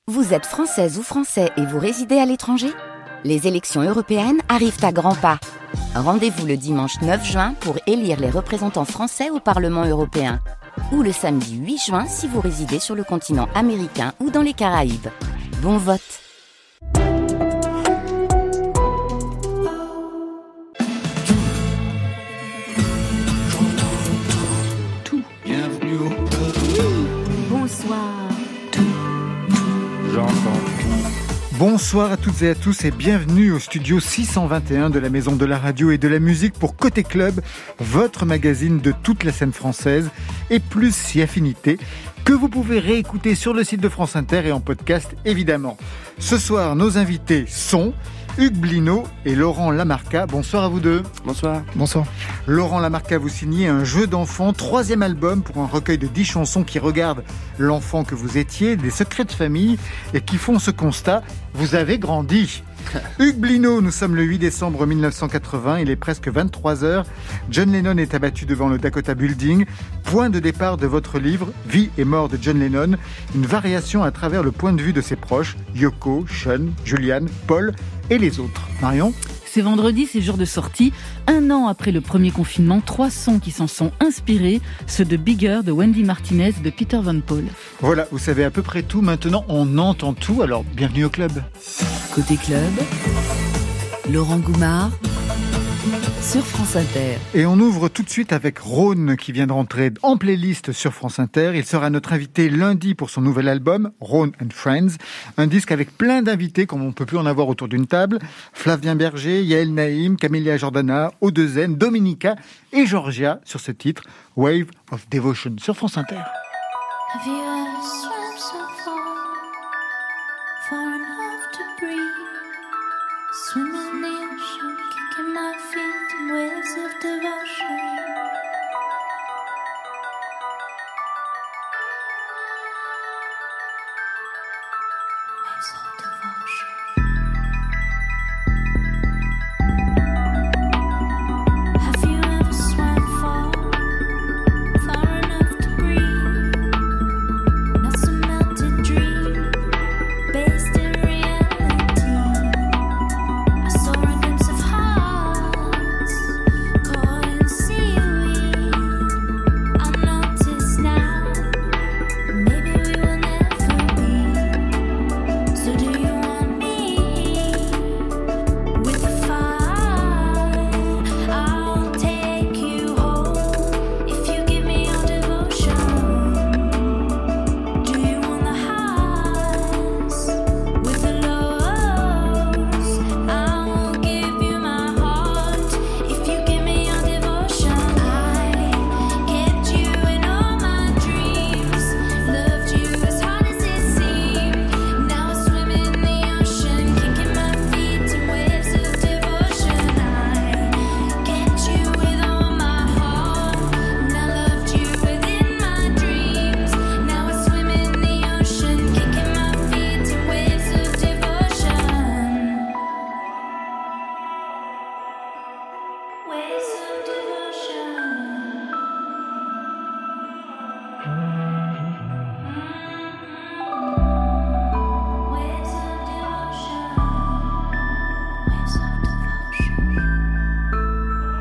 Vous êtes française ou français et vous résidez à l'étranger ? Les élections européennes arrivent à grands pas. Rendez-vous le dimanche 9 juin pour élire les représentants français au Parlement européen. Ou le samedi 8 juin si vous résidez sur le continent américain ou dans les Caraïbes. Bon vote! Bonsoir à toutes et à tous et bienvenue au studio 621 de la Maison de la Radio et de la Musique pour Côté Club, votre magazine de toute la scène française et plus si affinité, que vous pouvez réécouter sur le site de France Inter et en podcast évidemment. Ce soir, nos invités sont Hugues Blino et Laurent Lamarca. Bonsoir à vous deux. Bonsoir. Bonsoir. Laurent Lamarca, vous signez un jeu d'enfant, 3e album pour un recueil de 10 chansons qui regardent l'enfant que vous étiez, des secrets de famille et qui font ce constat, vous avez grandi. Hugues Blino, nous sommes le 8 décembre 1980, il est presque 23h. John Lennon est abattu devant le Dakota Building. Point de départ de votre livre, Vie et mort de John Lennon, une variation à travers le point de vue de ses proches, Yoko, Sean, Julian, Paul et les autres. Marion ? C'est vendredi, c'est jour de sortie. 1 an après le premier confinement, 3 sons qui s'en sont inspirés, ceux de Bigger, de Wendy Martinez, de Peter Van Paul. Voilà, vous savez à peu près tout. Maintenant, on entend tout. Alors, bienvenue au club. Côté club, Laurent Goumard sur France Inter. Et on ouvre tout de suite avec Rhône qui vient de rentrer en playlist sur France Inter. Il sera notre invité lundi pour son nouvel album, Rhône and Friends. Un disque avec plein d'invités comme on ne peut plus en avoir autour d'une table. Flavien Berger, Yael Naïm, Camélia Jordana, Odezen, Dominica et Georgia sur ce titre, Wave of Devotion sur France Inter. Have you ever swam so far enough to breathe? Swim in the ocean, kicking my feet in waves of devotion. Waves of devotion. Have you ever swam far enough to breathe? Not some melted dream, based in reality. I saw a glimpse of hearts caught in seaweed. I notice now, maybe we will never be. So do you want me with the fire? I'll take you home if you give me your devotion. Do you want the highs with the lows? I will give you my heart if you give me your devotion. I kept you in all my dreams, loved you as hard as it seemed. Now I swim in the ocean, kicking my feet in waves of devotion. I kept you with all my heart, and I loved you within my dreams. Now I swim in the ocean, kicking my feet in waves of devotion. Waves of devotion. Waves of devotion. Waves of devotion.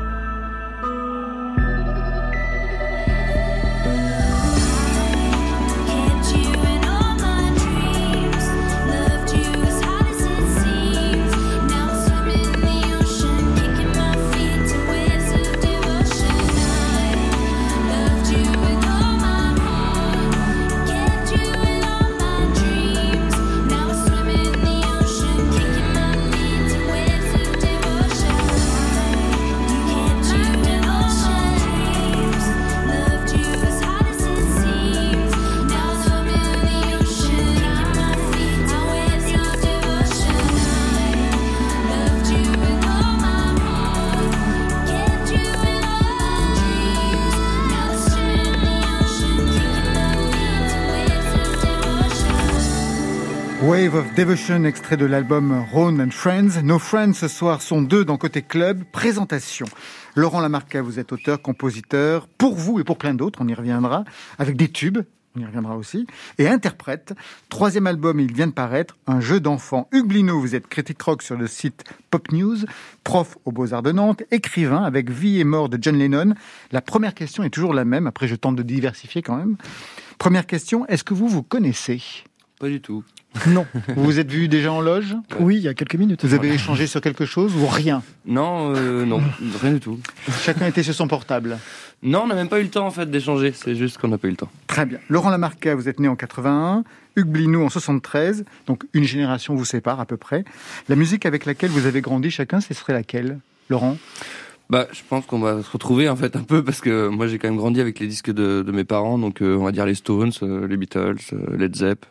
Kept you in all my dreams, loved you as hard as it seems. Now I swim in the ocean, kicking my feet in waves of devotion. I loved you with all my heart, kept you in all my dreams. Now I swim in the ocean, kicking my feet in waves of devotion. Kept you in all my dreams, loved you as hard as it seems. Now I swim in the ocean, kicking my feet in waves of devotion. I loved you with all my heart, kept you in all my dreams. Now I swim in the ocean, kicking my feet in waves of devotion. Wave of Devotion, extrait de l'album Rhône and Friends. Nos friends ce soir sont 2 dans Côté Club. Présentation. Laurent Lamarca, vous êtes auteur, compositeur, pour vous et pour plein d'autres, on y reviendra, avec des tubes, on y reviendra aussi, et interprète. 3e album, il vient de paraître, un jeu d'enfant. Hugues Blino, vous êtes critique rock sur le site Pop News, prof aux Beaux-Arts de Nantes, écrivain avec Vie et mort de John Lennon. La première question est toujours la même, après je tente de diversifier quand même. Première question, est-ce que vous connaissez ? Pas du tout. Non. Vous vous êtes vus déjà en loge ? Oui, il y a quelques minutes. Vous avez échangé sur quelque chose ou rien ? Non, non, rien du tout. Chacun était sur son portable. Non, on n'a même pas eu le temps en fait d'échanger, c'est juste qu'on n'a pas eu le temps. Très bien. Laurent Lamarca, vous êtes né en 81, Hugues Blino en 73, donc une génération vous sépare à peu près. La musique avec laquelle vous avez grandi chacun, ce serait laquelle, Laurent ? Bah, je pense qu'on va se retrouver en fait un peu parce que moi j'ai quand même grandi avec les disques de mes parents, donc on va dire les Stones, les Beatles, Led Zepp,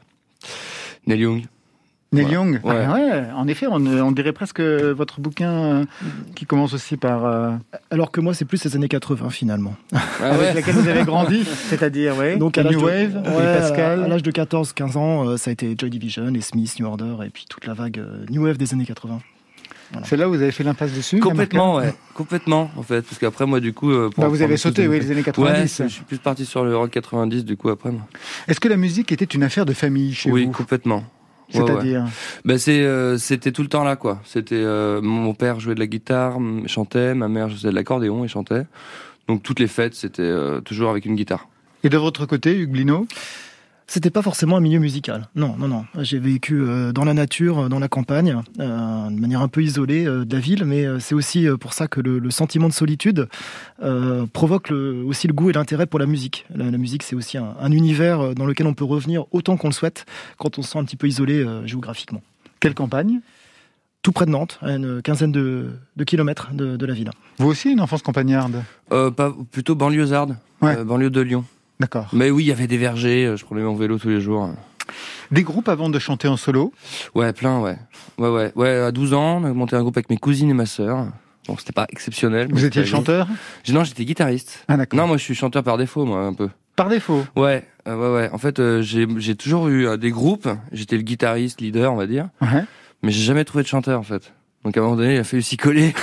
Neil Young. Neil Voilà. Young, Ouais. Ah ouais, en effet, on dirait presque votre bouquin qui commence aussi par... Alors que moi, c'est plus les années 80 finalement. Ah avec ouais. laquelle vous avez grandi, c'est-à-dire, ouais, Donc à New l'âge de, Wave, ouais, les Pascal... à l'âge de 14-15 ans, ça a été Joy Division, les Smiths, New Order et puis toute la vague New Wave des années 80. C'est là où vous avez fait l'impasse dessus Complètement, Lamarca ouais, complètement en fait, parce qu'après moi du coup... Bah, vous avez sauté, oui, les années 90. Ouais, je suis plus parti sur le rock 90 du coup après moi. Est-ce que la musique était une affaire de famille chez Oui, vous ? complètement. Ouais, ouais. C'est-à-dire Bah c'était tout le temps là quoi. C'était mon père jouait de la guitare, chantait, ma mère faisait de l'accordéon et chantait. Donc toutes les fêtes c'était toujours avec une guitare. Et de votre côté, Hugues Blino ? C'était pas forcément un milieu musical. Non. J'ai vécu dans la nature, dans la campagne, de manière un peu isolée de la ville, mais c'est aussi pour ça que le sentiment de solitude provoque aussi le goût et l'intérêt pour la musique. La musique, c'est aussi un univers dans lequel on peut revenir autant qu'on le souhaite quand on se sent un petit peu isolé géographiquement. Quelle campagne ? Tout près de Nantes, à une quinzaine de kilomètres de la ville. Vous aussi, une enfance campagnarde ? Plutôt banlieusarde, Ouais. banlieue de Lyon. D'accord. Mais oui, il y avait des vergers, je prenais mon vélo tous les jours. Des groupes avant de chanter en solo ? Ouais, plein, ouais. Ouais, à 12 ans, on a monté un groupe avec mes cousines et ma sœur. Bon, c'était pas exceptionnel. mais Vous étiez le c'était- chanteur ? Non, j'étais guitariste. Ah d'accord. Non, moi je suis chanteur par défaut, moi, un peu. Par défaut. Ouais. En fait, j'ai toujours eu des groupes. J'étais le guitariste, leader, on va dire. Ouais. Mais j'ai jamais trouvé de chanteur, en fait. Donc à un moment donné, il a fallu s'y coller.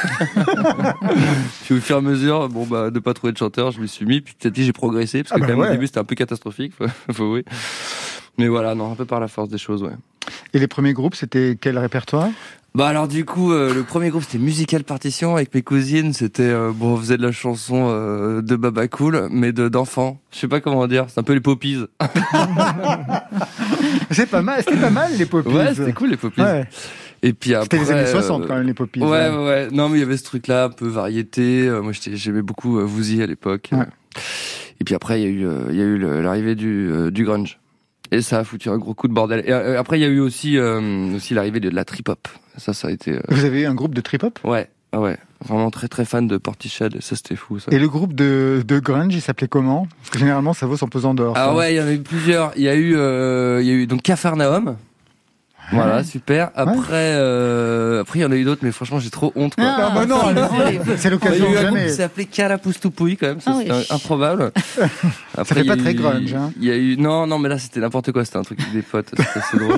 Puis au fur et à mesure, de pas trouver de chanteur, je me suis mis. Puis petit à petit, j'ai progressé parce que Ah bah quand même ouais. au début, c'était un peu catastrophique. Faut avouer. Mais voilà, non, un peu par la force des choses, ouais. Et les premiers groupes, c'était quel répertoire ? Bah alors du coup, le premier groupe c'était Musical Partition avec mes cousines. C'était on faisait de la chanson de Baba Cool, mais d'enfants. Je sais pas comment dire. C'est un peu les Poppies. C'est pas mal, c'était pas mal les Poppies. Ouais, c'était cool les Poppies. Ouais. Et puis après, C'était les années 60 quand même les Poppies. Ouais. Non, mais il y avait ce truc-là, un peu variété. Moi, j'aimais beaucoup Woozy à l'époque. Ouais. Et puis après, il y a eu l'arrivée du grunge. Et ça a foutu un gros coup de bordel. Et après, il y a eu aussi l'arrivée de la trip-hop. Ça a été... Vous avez eu un groupe de trip-hop ? Ouais. Vraiment très très fan de Portishead. Et ça, c'était fou, ça. Et le groupe de grunge, il s'appelait comment ? Parce que généralement, ça vaut son pesant d'or. Ah ça. ouais, il y en a eu plusieurs. Il y a eu donc Capharnaüm. Voilà, super. Après, il y en a eu d'autres, mais franchement, j'ai trop honte, quoi. Ah bah non, allez-y. c'est Il y l'occasion a eu un groupe jamais. qui s'est appelé Carapoustouille quand même, ça Ah c'était oui. improbable. Après, fait il y a pas très eu- grunge, hein. Il y a eu non mais là c'était n'importe quoi, c'était un truc avec des potes, c'était assez drôle.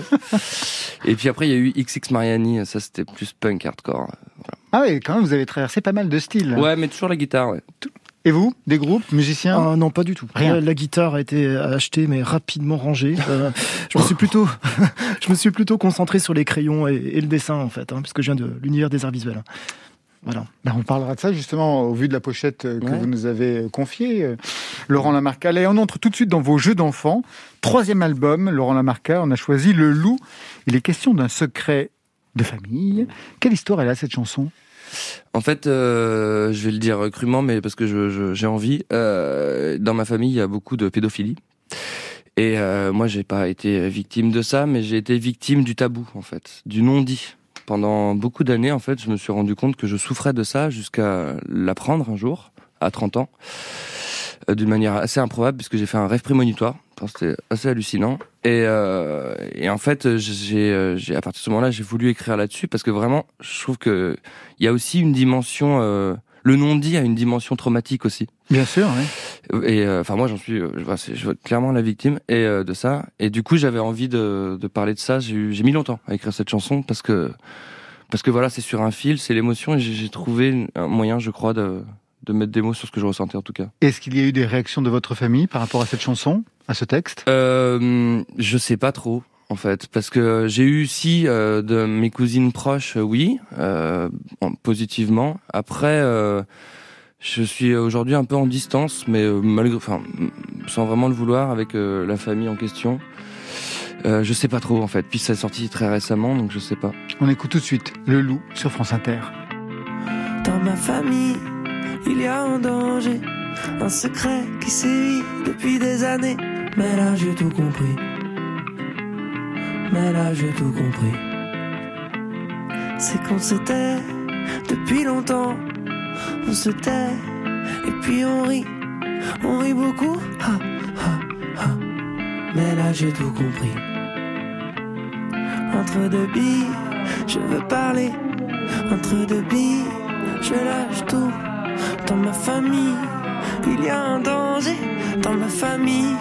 Et puis après il y a eu XX Mariani, ça c'était plus punk hardcore. Ah oui, quand même, vous avez traversé pas mal de styles. Ouais, mais toujours la guitare, ouais. Et vous, des groupes, musiciens ? Ah, non, pas du tout. Rien. La guitare a été achetée mais rapidement rangée. Je me suis plutôt concentré sur les crayons et le dessin en fait, puisque je viens de l'univers des arts visuels. Voilà. Ben, on parlera de ça justement au vu de la pochette que Ouais. vous nous avez confiée, Laurent Lamarca. Allez, on entre tout de suite dans vos jeux d'enfants. 3e album, Laurent Lamarca, on a choisi Le Loup. Il est question d'un secret de famille. Quelle histoire elle a cette chanson ? En fait, je vais le dire crûment, mais parce que j'ai envie. Dans ma famille, il y a beaucoup de pédophilie. Et moi, j'ai pas été victime de ça, mais j'ai été victime du tabou, en fait, du non-dit. Pendant beaucoup d'années, en fait, je me suis rendu compte que je souffrais de ça jusqu'à l'apprendre un jour, à 30 ans, d'une manière assez improbable, puisque j'ai fait un rêve prémonitoire. Enfin, c'était assez hallucinant. Et en fait, j'ai à partir de ce moment-là, j'ai voulu écrire là-dessus, parce que vraiment, je trouve que il y a aussi une dimension... le non-dit a une dimension traumatique aussi. Bien sûr, oui. Et enfin moi j'en suis je vois clairement la victime et de ça, et du coup j'avais envie de parler de ça. J'ai mis longtemps à écrire cette chanson parce que voilà, c'est sur un fil, c'est l'émotion, et j'ai trouvé un moyen, je crois, de mettre des mots sur ce que je ressentais en tout cas. Est-ce qu'il y a eu des réactions de votre famille par rapport à cette chanson ? à ce texte? Je sais pas trop. En fait, parce que j'ai eu de mes cousines proches, oui, positivement. Après, je suis aujourd'hui un peu en distance, mais sans vraiment le vouloir, avec la famille en question. Je sais pas trop en fait. Puis ça est sorti très récemment, donc je sais pas. On écoute tout de suite Le Loup sur France Inter. Dans ma famille, il y a un danger, un secret qui sévit depuis des années. Mais là j'ai tout compris. Mais là j'ai tout compris. C'est qu'on s'était depuis longtemps. On se tait et puis on rit beaucoup. Ha, ha, ha. Mais là j'ai tout compris. Entre deux billes, je veux parler. Entre deux billes, je lâche tout. Dans ma famille, il y a un danger. Dans ma famille,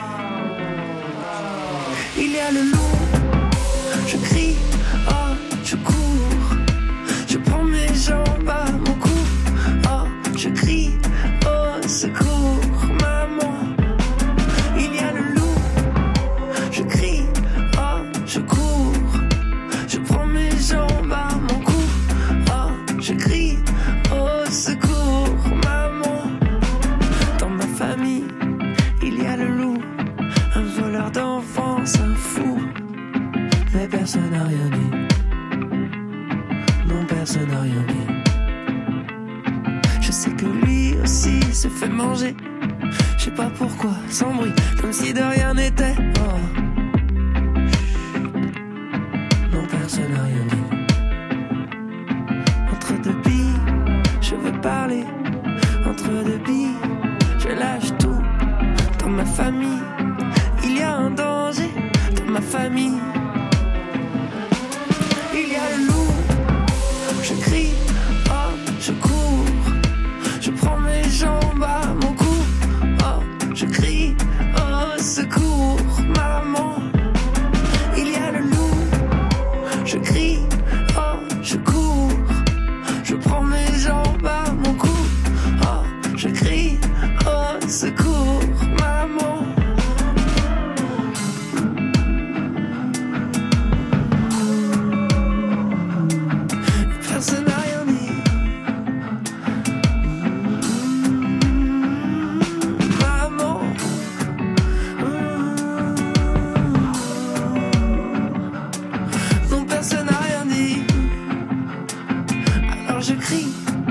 il y a le loup. Je crie, oh, je cours. Je prends mes jambes à mon cou. Oh, je crie, oh, secours, maman. Il y a le loup. Je crie, oh, je cours. Je prends mes jambes à mon cou. Oh, je crie, oh, secours, maman. Dans ma famille, il y a le loup. Un voleur d'enfance, un fou. Mais personne n'a rien dit. Non, personne n'a rien dit. Je sais que lui aussi se fait manger. Je sais pas pourquoi, sans bruit, comme si de rien n'était. Oh. Non, personne n'a rien dit. Entre deux billes, je veux parler. Entre deux billes, je lâche tout. Dans ma famille, il y a un danger. Dans ma famille, il y a le loup. Je crie, oh, je cours. Je prends mes jambes à mon cou. Oh, je crie, oh, secours, maman. Il y a le loup. Je crie, oh, je cours. Je prends mes jambes à mon cou. Oh, je crie, oh, secours, maman. Personne n'a rien dit. Maman. Non, personne n'a rien dit. Alors je crie,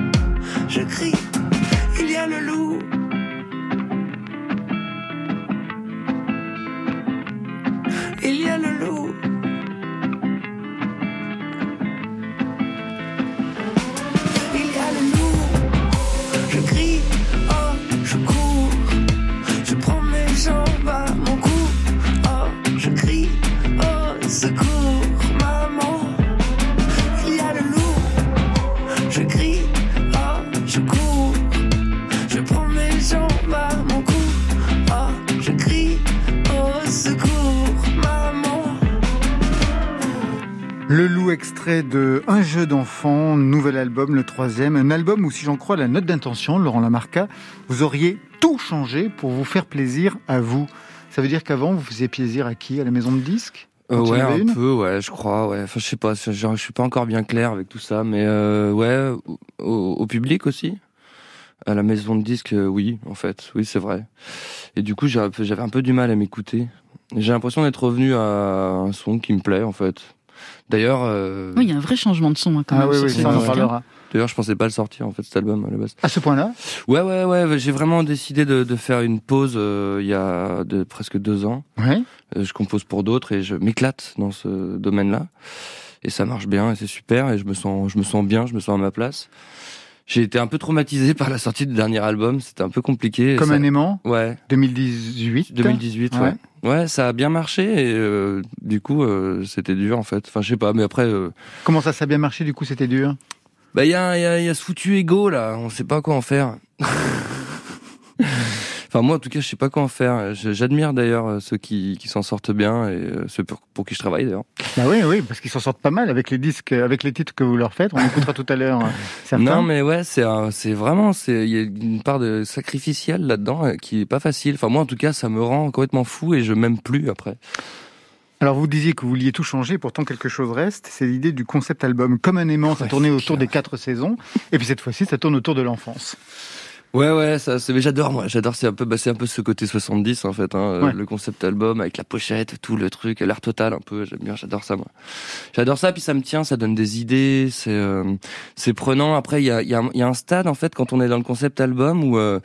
il y a le loup. Il y a le loup. Il y a le loup. Je crie, oh, je cours. Je prends mes jambes à mon cou. Oh, je crie, oh, secours, maman. Il y a le loup. Je crie, oh, je cours. Je prends mes jambes à mon cou. Oh, je crie, oh, secours, maman. Le Loup, extrait de Un jeu d'enfant, nouvel album, le 3e. Un album où, si j'en crois la note d'intention, Laurent Lamarca, vous auriez tout changé pour vous faire plaisir à vous. Ça veut dire qu'avant, vous faisiez plaisir à qui? À la maison de disques? Quand il y en Ouais, avait un une peu, ouais, je crois, ouais. Enfin, je sais pas, je suis pas encore bien clair avec tout ça, mais ouais, au public aussi. À la maison de disques, oui, en fait, oui, c'est vrai. Et du coup, j'avais un peu du mal à m'écouter. J'ai l'impression d'être revenu à un son qui me plaît, en fait. D'ailleurs, Oui, il y a un vrai changement de son hein, quand Ah même. oui, sur oui, ce ça on en disque, hein. parlera. d'ailleurs, je pensais pas le sortir, en fait, cet album, à la base. À ce point-là? Ouais, j'ai vraiment décidé de faire une pause, il y a presque 2 ans. Ouais. Je compose pour d'autres et je m'éclate dans ce domaine-là. Et ça marche bien et c'est super et je me sens bien, je me sens à ma place. J'ai été un peu traumatisé par la sortie du dernier album, c'était un peu compliqué. Comme un aimant? Ouais. 2018. 2018, ouais. Ouais, ça a bien marché et du coup, c'était dur en fait. Enfin, je sais pas, mais après... Comment ça a bien marché, du coup, c'était dur? Bah, il y a ce foutu ego là, on sait pas quoi en faire. Enfin, moi, en tout cas, je sais pas quoi en faire. J'admire d'ailleurs ceux qui s'en sortent bien et ceux pour qui je travaille d'ailleurs. Bah oui, parce qu'ils s'en sortent pas mal avec les disques, avec les titres que vous leur faites. On écoutera tout à l'heure certains. Non, mais ouais, c'est vraiment, il y a une part de sacrificiel là-dedans qui est pas facile. Enfin, moi, en tout cas, ça me rend complètement fou et je m'aime plus après. Alors vous disiez que vous vouliez tout changer, pourtant quelque chose reste, c'est l'idée du concept album. Comme un aimant, ça tournait autour des 4 saisons, et puis cette fois-ci, ça tourne autour de l'enfance. Ouais, mais j'adore, c'est un peu ce côté 70 en fait, Ouais. le concept album avec la pochette, tout le truc, l'air total un peu, j'aime bien, j'adore ça moi. J'adore ça, puis ça me tient, ça donne des idées, c'est prenant. Après, il y a un stade en fait quand on est dans le concept album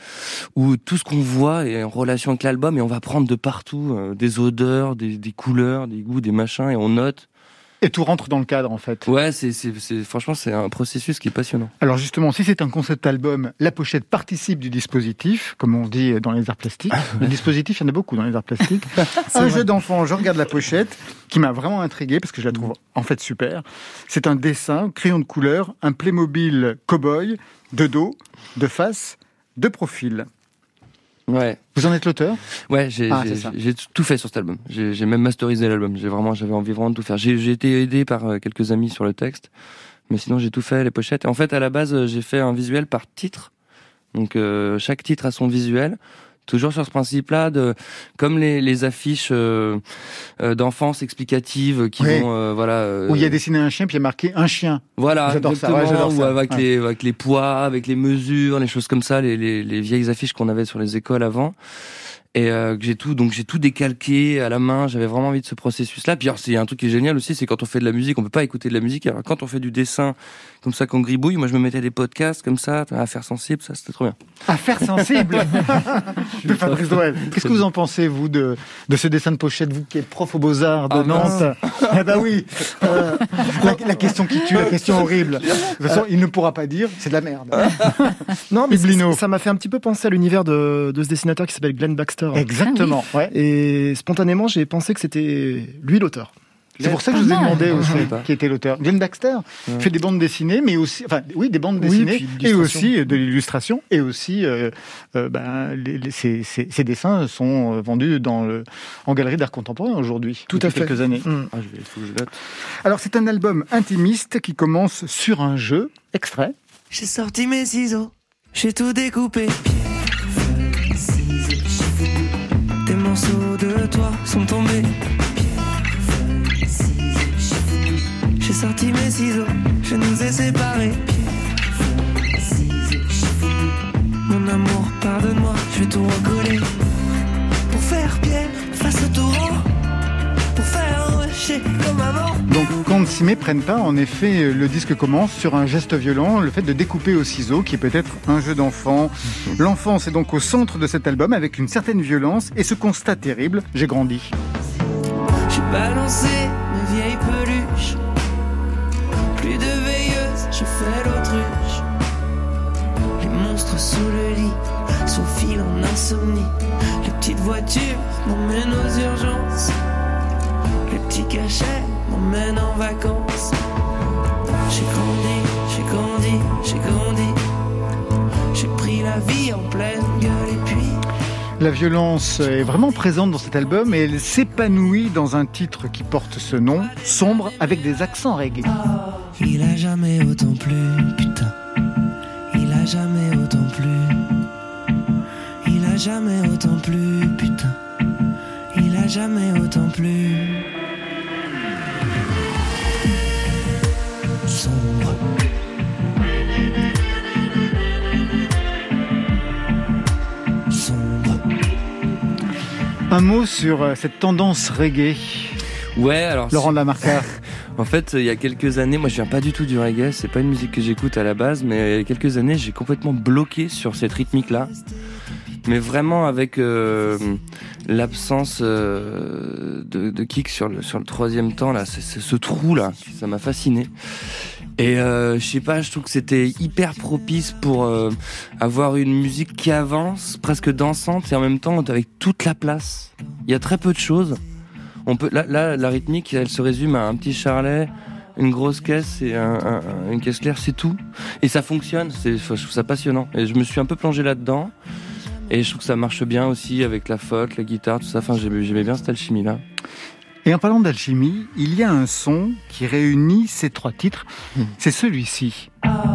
où tout ce qu'on voit est en relation avec l'album et on va prendre de partout des odeurs, des couleurs, des goûts, des machins et on note. Et tout rentre dans le cadre, en fait. Ouais, franchement, c'est un processus qui est passionnant. Alors justement, si c'est un concept album, la pochette participe du dispositif, comme on dit dans les arts plastiques. Le dispositif, il y en a beaucoup dans les arts plastiques. Un jeu d'enfant, je regarde la pochette, qui m'a vraiment intrigué, parce que je la trouve en fait super. C'est un dessin, crayon de couleur, un Playmobil cow-boy, de dos, de face, de profil. Ouais. Vous en êtes l'auteur ? Ouais, c'est ça. j'ai tout fait sur cet album. J'ai même masterisé l'album. J'avais envie vraiment de tout faire. J'ai été aidé par quelques amis sur le texte, mais sinon j'ai tout fait, les pochettes. Et en fait, à la base, j'ai fait un visuel par titre. Donc chaque titre a son visuel. Toujours sur ce principe-là, comme les affiches d'enfance explicatives qui vont, où il y a dessiné un chien, puis il y a marqué un chien. Voilà, j'adore ça. Ouais, j'adore ou ça. avec les poids, avec les mesures, les choses comme ça, les vieilles affiches qu'on avait sur les écoles avant. Et que j'ai tout décalqué à la main. J'avais vraiment envie de ce processus-là. Puis alors, c'est un truc qui est génial aussi, c'est quand on fait de la musique, on peut pas écouter de la musique. Alors quand on fait du dessin comme ça, qu'on gribouille, moi je me mettais des podcasts comme ça, Affaires sensibles, ça c'était trop bien. Affaires sensibles de Fabrice Drouel. Qu'est-ce que vous en pensez, vous, de ce dessin de pochette, vous qui êtes prof aux Beaux-Arts de Nantes? Eh ben oui, la question qui tue, la question horrible. De toute façon, il ne pourra pas dire, c'est de la merde. Non, mais Biblino. ça m'a fait un petit peu penser à l'univers de ce dessinateur qui s'appelle Glenn Baxter. Exactement. Ouais. Et spontanément, j'ai pensé que c'était lui l'auteur. C'est pour ça que je vous ai demandé aussi savais pas. qui était l'auteur. Glenn Baxter fait des bandes dessinées, mais aussi, des bandes dessinées puis de et l'illustration. aussi de l'illustration, et aussi ces dessins sont vendus en galerie d'art contemporain aujourd'hui. Tout depuis à fait. quelques années. Il faut que je note. Alors c'est un album intimiste qui commence sur un jeu. Extrait. J'ai sorti mes ciseaux, j'ai tout découpé. Des morceaux de toi sont tombés. J'ai sorti mes ciseaux, je nous ai séparés. Mon amour, pardonne-moi, je vais tout recoller. Pour faire pierre face au torrent. Pour faire rocher comme avant. Donc quand ne s'y méprennent pas, en effet, le disque commence sur un geste violent, le fait de découper au ciseau, qui est peut-être un jeu d'enfant. L'enfance est donc au centre de cet album, avec une certaine violence et ce constat terrible, j'ai grandi. J'ai balancé mes vieilles peluches. Plus de veilleuse, je fais l'autruche. Les monstres sous le lit, Sophie en insomnie. Les petites voitures m'emmènent aux urgences. Les petits cachets m'emmènent en vacances. J'ai grandi. J'ai pris la vie en pleine gueule et puis... La violence est vraiment présente dans cet album et elle s'épanouit dans un titre qui porte ce nom, Sombre, avec des accents reggae. Il a jamais autant plu, putain. Il a jamais autant plu. Il a jamais autant plu, putain. Il a jamais autant plu. Sombre. Sombre. Un mot sur cette tendance reggae, Ouais, alors. Laurent de la Marca. En fait, il y a quelques années, moi je viens pas du tout du reggae, c'est pas une musique que j'écoute à la base, mais il y a quelques années, j'ai complètement bloqué sur cette rythmique-là. Mais vraiment avec l'absence de kick sur le troisième temps, là, c'est ce trou-là, ça m'a fasciné. Et je sais pas, je trouve que c'était hyper propice pour avoir une musique qui avance, presque dansante, et en même temps avec toute la place. Il y a très peu de choses. On peut, là, la rythmique, elle se résume à un petit charlet, une grosse caisse et une caisse claire, c'est tout. Et ça fonctionne, je trouve ça passionnant. Et je me suis un peu plongé là-dedans. Et je trouve que ça marche bien aussi avec la faute, la guitare, tout ça. Enfin, j'aimais bien cette alchimie-là. Et en parlant d'alchimie, il y a un son qui réunit ces 3 titres. C'est celui-ci.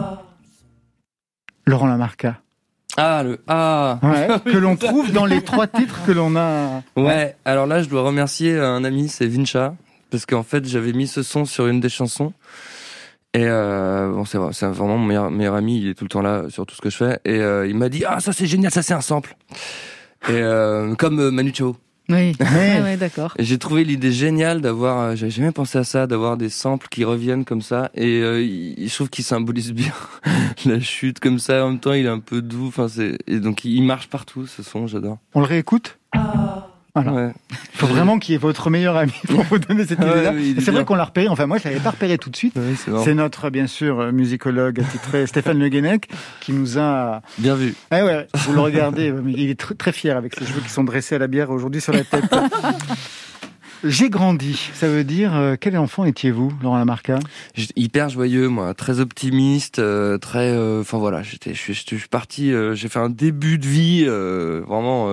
Laurent Lamarca. Ah, le A. Ouais, que l'on trouve dans les 3 titres que l'on a. Ouais, alors là, je dois remercier un ami, c'est Vincha, parce qu'en fait, j'avais mis ce son sur une des chansons. Et bon, c'est vraiment mon meilleur ami, il est tout le temps là sur tout ce que je fais. Et il m'a dit, ah, ça c'est génial, ça c'est un sample. Et comme Manu Chao. Oui, ouais, d'accord. Et j'ai trouvé l'idée géniale d'avoir, j'avais jamais pensé à ça, d'avoir des samples qui reviennent comme ça. Et je trouve qu'il symbolise bien la chute comme ça. En même temps, il est un peu doux. Enfin, et donc il marche partout, ce son, j'adore. On le réécoute ? Voilà. Ouais. Il faut vraiment qu'il y ait votre meilleur ami pour vous donner cette idée-là. oui, il est C'est vrai bien. qu'on l'a repéré. Enfin, moi, je l'avais pas repéré tout de suite. Ouais, c'est marrant. C'est notre, bien sûr, musicologue attitré Stéphane Le Guenec qui nous a... Bien vu. Ah ouais, vous le regardez, mais il est très fier avec ses cheveux qui sont dressés à la bière aujourd'hui sur la tête. J'ai grandi, ça veut dire, quel enfant étiez-vous, Laurent Lamarca ? J'étais hyper joyeux, moi, très optimiste, très, enfin voilà, je suis parti, j'ai fait un début de vie vraiment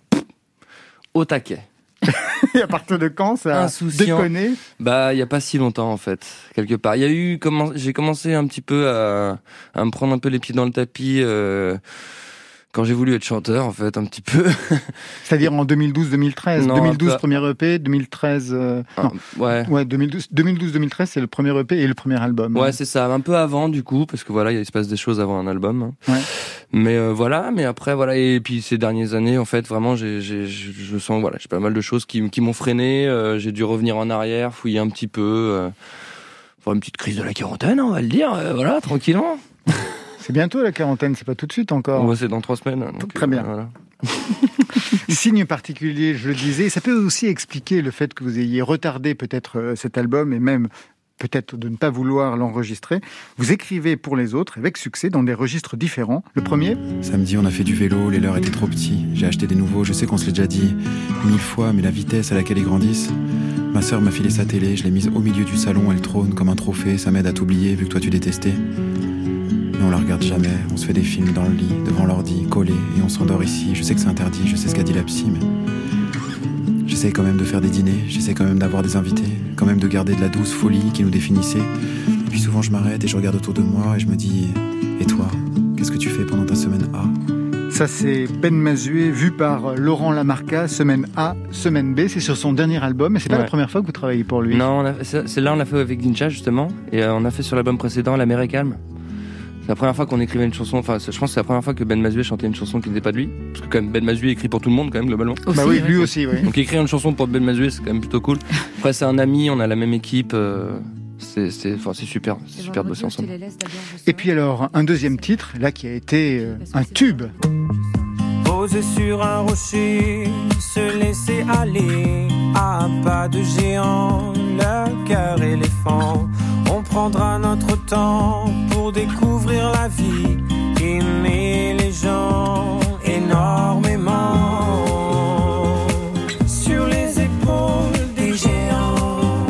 au taquet. Et à partir de quand ça a Insouciant. déconné ? Bah, il y a pas si longtemps en fait, quelque part. Il y a eu j'ai commencé un petit peu à me prendre un peu les pieds dans le tapis quand j'ai voulu être chanteur en fait, un petit peu. C'est-à-dire en 2012-2013. Non, 2012, un peu- premier EP, 2013... non. Ouais. Ouais, 2012-2013, c'est le premier EP et le premier album. Ouais, c'est ça, un peu avant du coup, parce que voilà, il se passe des choses avant un album. Hein. Ouais. Mais voilà, mais après voilà, et puis ces dernières années, en fait, vraiment, je sens, voilà, j'ai pas mal de choses qui m'ont freiné. J'ai dû revenir en arrière, fouiller un petit peu, faire une petite crise de la quarantaine, on va le dire, voilà, tranquillement. C'est bientôt la quarantaine, c'est pas tout de suite encore. Ouais, c'est dans 3 semaines. Donc, Très bien. Voilà. Signe particulier, je le disais, ça peut aussi expliquer le fait que vous ayez retardé peut-être cet album et même peut-être de ne pas vouloir l'enregistrer. Vous écrivez pour les autres avec succès dans des registres différents. Le premier, Samedi, on a fait du vélo, les leurs étaient trop petits. J'ai acheté des nouveaux, je sais qu'on se l'est déjà dit 1000 fois, mais la vitesse à laquelle ils grandissent. Ma sœur m'a filé sa télé, je l'ai mise au milieu du salon, elle trône comme un trophée, ça m'aide à t'oublier vu que toi tu détestais. Mais on la regarde jamais, on se fait des films dans le lit, devant l'ordi, collé, et on s'endort ici. Je sais que c'est interdit, je sais ce qu'a dit la psy, mais j'essaie quand même de faire des dîners, j'essaie quand même d'avoir des invités, quand même de garder de la douce folie qui nous définissait. Et puis souvent je m'arrête et je regarde autour de moi et je me dis, et toi, qu'est-ce que tu fais pendant ta semaine A ? ça c'est Ben Mazué, vu par Laurent Lamarca, semaine A, semaine B. C'est sur son dernier album, et c'est pas Ouais. la première fois que vous travaillez pour lui. Non, c'est là on l'a fait avec Vincha justement, et on a fait sur l'album précédent La mer est calme. C'est la première fois qu'on écrivait une chanson, enfin je pense que c'est la première fois que Ben Mazué chantait une chanson qui n'était pas de lui, parce que quand même Ben Mazué écrit pour tout le monde quand même globalement. Aussi, Bah oui, ouais. lui aussi, oui. Donc écrire une chanson pour Ben Mazué c'est quand même plutôt cool. Après c'est un ami, on a la même équipe, c'est super de bosser ensemble. Et puis alors, un deuxième titre, là, qui a été un tube. Poser sur un rocher, se laisser aller à pas de géant, le cœur éléphant. On prendra notre temps pour découvrir la vie, aimer les gens énormément. Sur les épaules des géants,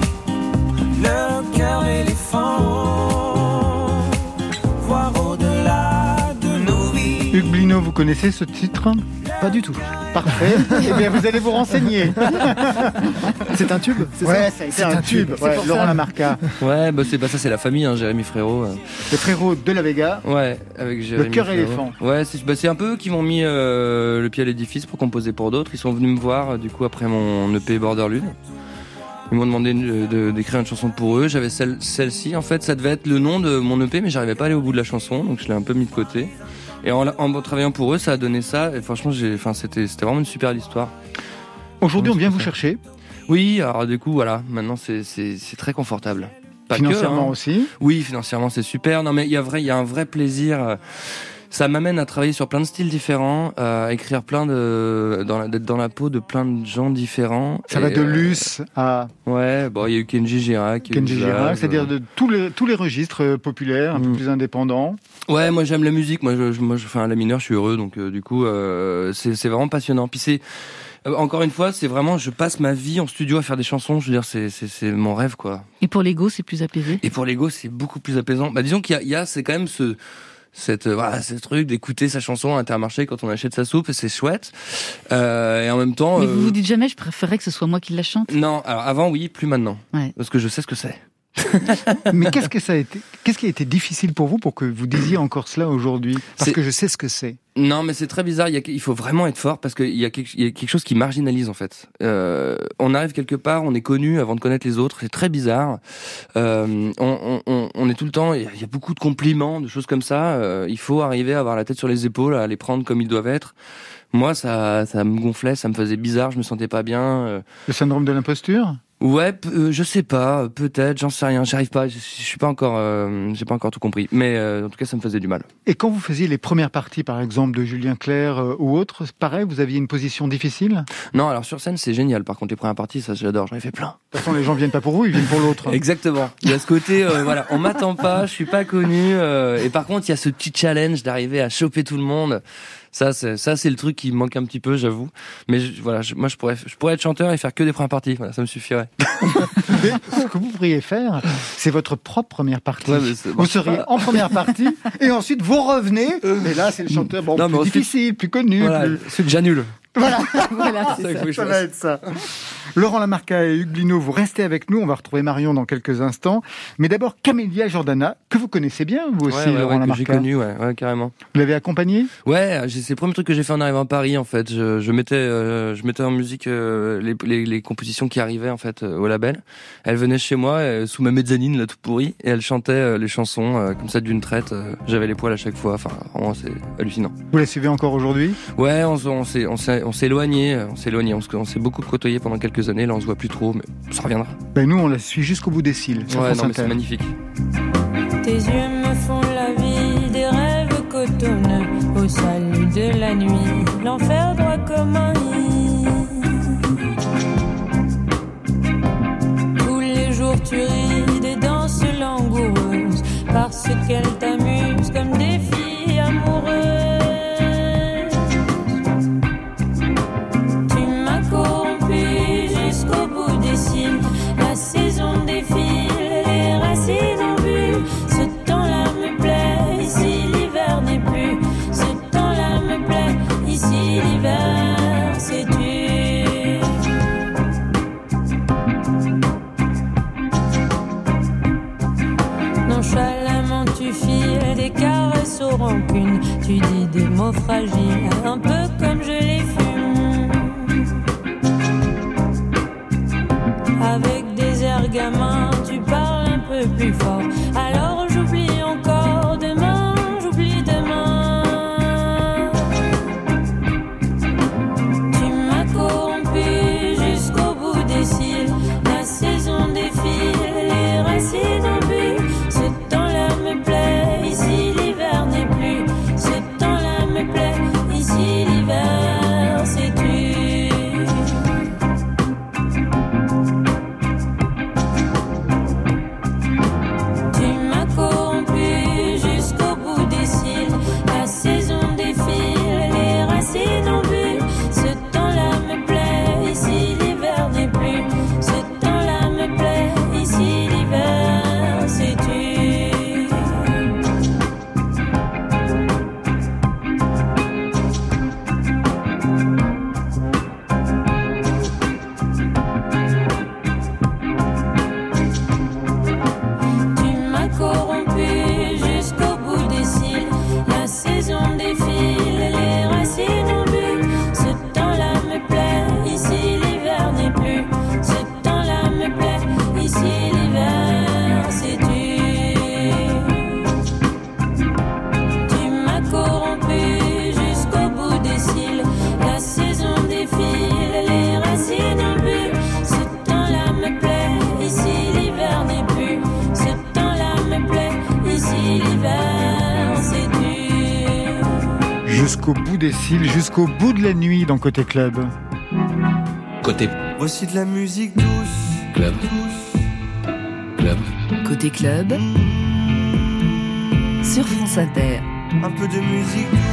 le cœur éléphant, voir au-delà de nos vies. Hugues Blino, vous connaissez ce titre ? Pas du tout. Parfait. Eh bien, vous allez vous renseigner. C'est un tube, c'est Ouais, ça ça a été C'est un tube. C'est Ouais, pour Laurent ça. Lamarca, Ouais, ça c'est la famille, hein, Jérémy Frérot. le frérot de la Vega. Ouais, avec Jérémy. cœur Frérot. éléphant. Ouais, c'est un peu eux qui m'ont mis le pied à l'édifice pour composer pour d'autres. Ils sont venus me voir du coup après mon EP Borderlune. Ils m'ont demandé d'écrire une chanson pour eux. J'avais celle-ci en fait, ça devait être le nom de mon EP, mais j'arrivais pas à aller au bout de la chanson, donc je l'ai un peu mis de côté. Et en travaillant pour eux, ça a donné ça. Et franchement, c'était vraiment une super histoire. Aujourd'hui, on vient Ouais, vous c'est ça. chercher, Oui, alors du coup, voilà, maintenant c'est très confortable. Pas financièrement que, hein. aussi. Oui, financièrement c'est super. Non mais il y a un vrai plaisir. Ça m'amène à travailler sur plein de styles différents, à écrire d'être dans la peau de plein de gens différents. Ça Et, va de Luce à Ouais, bon, il y a eu Kenji Girac. il y a eu Kenji Zaz, Girac, c'est-à-dire de tous les registres populaires, un peu Mm. plus indépendants. Ouais, moi j'aime la musique. Moi, je fais un la mineur, je suis heureux. Donc du coup, c'est vraiment passionnant. Puis c'est encore une fois, c'est vraiment, je passe ma vie en studio à faire des chansons. Je veux dire, c'est mon rêve, quoi. Et pour l'ego, c'est plus apaisé. Et pour l'ego, c'est beaucoup plus apaisant. Bah, disons qu'il y a c'est quand même voilà, ce truc d'écouter sa chanson à Intermarché quand on achète sa soupe, c'est chouette. Et en même temps. Mais vous vous dites jamais, je préférerais que ce soit moi qui la chante? Non, alors avant oui, plus maintenant. Ouais. Parce que je sais ce que c'est. Mais qu'est-ce qui a été difficile pour vous pour que vous disiez encore cela aujourd'hui? Parce que je sais ce que c'est. Non, mais c'est très bizarre. Il faut vraiment être fort parce qu'il y a quelque chose qui marginalise en fait. On arrive quelque part, on est connu avant de connaître les autres. C'est très bizarre. On est tout le temps. Il y a beaucoup de compliments, de choses comme ça. Il faut arriver à avoir la tête sur les épaules, à les prendre comme ils doivent être. Moi, ça me gonflait, ça me faisait bizarre. Je me sentais pas bien. Le syndrome de l'imposture? Ouais, je sais pas, peut-être, j'en sais rien, j'arrive pas, je suis pas encore, j'ai pas encore tout compris, mais en tout cas ça me faisait du mal. Et quand vous faisiez les premières parties, par exemple de Julien Clerc ou autre, pareil, vous aviez une position difficile? Non, alors sur scène c'est génial. Par contre les premières parties, ça j'adore, j'en ai fait plein. De toute façon, les gens viennent pas pour vous, ils viennent pour l'autre. Exactement. Il y a ce côté, voilà, on m'attend pas, je suis pas connu, et par contre il y a ce petit challenge d'arriver à choper tout le monde. Ça c'est le truc qui me manque un petit peu, j'avoue. Mais moi je pourrais être chanteur et faire que des premières parties. Voilà, ça me suffirait. Mais ce que vous pourriez faire, c'est votre propre première partie. Ouais, vous seriez en première partie et ensuite vous revenez. Et là, c'est le chanteur plus difficile, plus connu. Voilà, celui que j'annule. Voilà, Voilà, ça va être ça. Laurent Lamarca et Hugues Linot, vous restez avec nous. On va retrouver Marion dans quelques instants. Mais d'abord, Camélia Jordana, que vous connaissez bien, vous aussi, Laurent Lamarca. Que j'ai connu, ouais, carrément. Vous l'avez accompagné? Ouais, c'est le premier truc que j'ai fait en arrivant à Paris, en fait. Je mettais en musique les compositions qui arrivaient, en fait, au label. Elle venait chez moi, sous ma mezzanine, là, tout pourri, et elle chantait les chansons, comme ça, d'une traite. J'avais les poils à chaque fois. Enfin, vraiment, c'est hallucinant. Vous la suivez encore aujourd'hui? Ouais, on s'est éloigné, on s'est beaucoup côtoyé pendant quelques années, là on se voit plus trop, mais ça reviendra. Ben nous on la suit jusqu'au bout des cils. Ouais, non mais c'est magnifique. Tes yeux me font la vie des rêves cotonneux au salut de la nuit, l'enfer droit comme un lit. Tous les jours tu ris des danses langoureuses parce qu'elles t'amusent comme des filles amoureuses. La saison défile, les racines en vue. Ce temps-là me plaît, ici l'hiver n'est plus. Ce temps-là me plaît, ici l'hiver, c'est tu. Nonchalamment tu files des caresses aux rancunes. Tu dis des mots fragiles, un peu comme je les fume. Avec des airs gamins, tu parles un peu plus fort. Alors j'oublie encore demain, j'oublie demain. Tu m'as corrompu jusqu'au bout des cils. La saison défile, les racines en bulle. Ce temps-là me plaît, ici l'hiver n'est plus. Ce temps-là me plaît, ici l'hiver, c'est tu. Jusqu'au bout des cils, jusqu'au bout de la nuit dans Côté Club. Côté. Voici de la musique douce. Club. Club. Côté Club sur France Inter. Un peu de musique douce.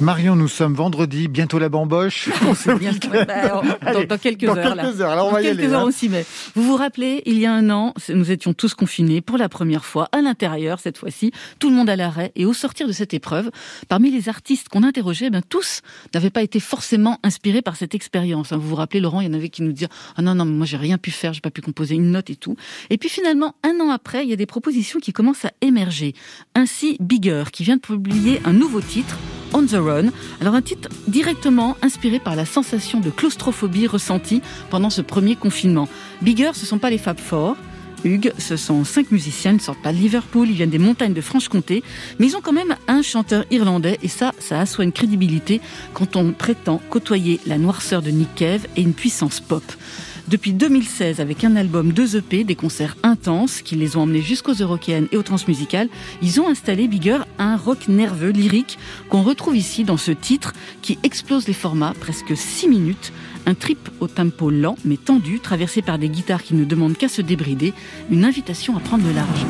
Marion, nous sommes vendredi, bientôt la bamboche. C'est bien. Dans quelques heures. Alors on va y aller. Quelques heures aussi, mais vous vous rappelez, il y a un an, nous étions tous confinés pour la première fois, à l'intérieur cette fois-ci, tout le monde à l'arrêt. Et au sortir de cette épreuve, parmi les artistes qu'on interrogeait, tous n'avaient pas été forcément inspirés par cette expérience. Vous vous rappelez, Laurent, il y en avait qui nous disaient « Ah non, moi j'ai rien pu faire, j'ai pas pu composer une note et tout ». Et puis finalement, un an après, il y a des propositions qui commencent à émerger. Ainsi, Bigger, qui vient de publier un nouveau titre, On the Run. Alors un titre directement inspiré par la sensation de claustrophobie ressentie pendant ce premier confinement. Bigger, ce sont pas les Fab Four. Hugues, ce sont 5 musiciens, ils ne sortent pas de Liverpool, ils viennent des montagnes de Franche-Comté, mais ils ont quand même un chanteur irlandais, et ça assoit une crédibilité quand on prétend côtoyer la noirceur de Nick Cave et une puissance pop. Depuis 2016, avec un album, 2 EP, des concerts intenses qui les ont emmenés jusqu'aux Eurockéennes et aux Transmusicales, ils ont installé Bigger un rock nerveux, lyrique, qu'on retrouve ici dans ce titre qui explose les formats, presque 6 minutes, un trip au tempo lent mais tendu, traversé par des guitares qui ne demandent qu'à se débrider, une invitation à prendre le large.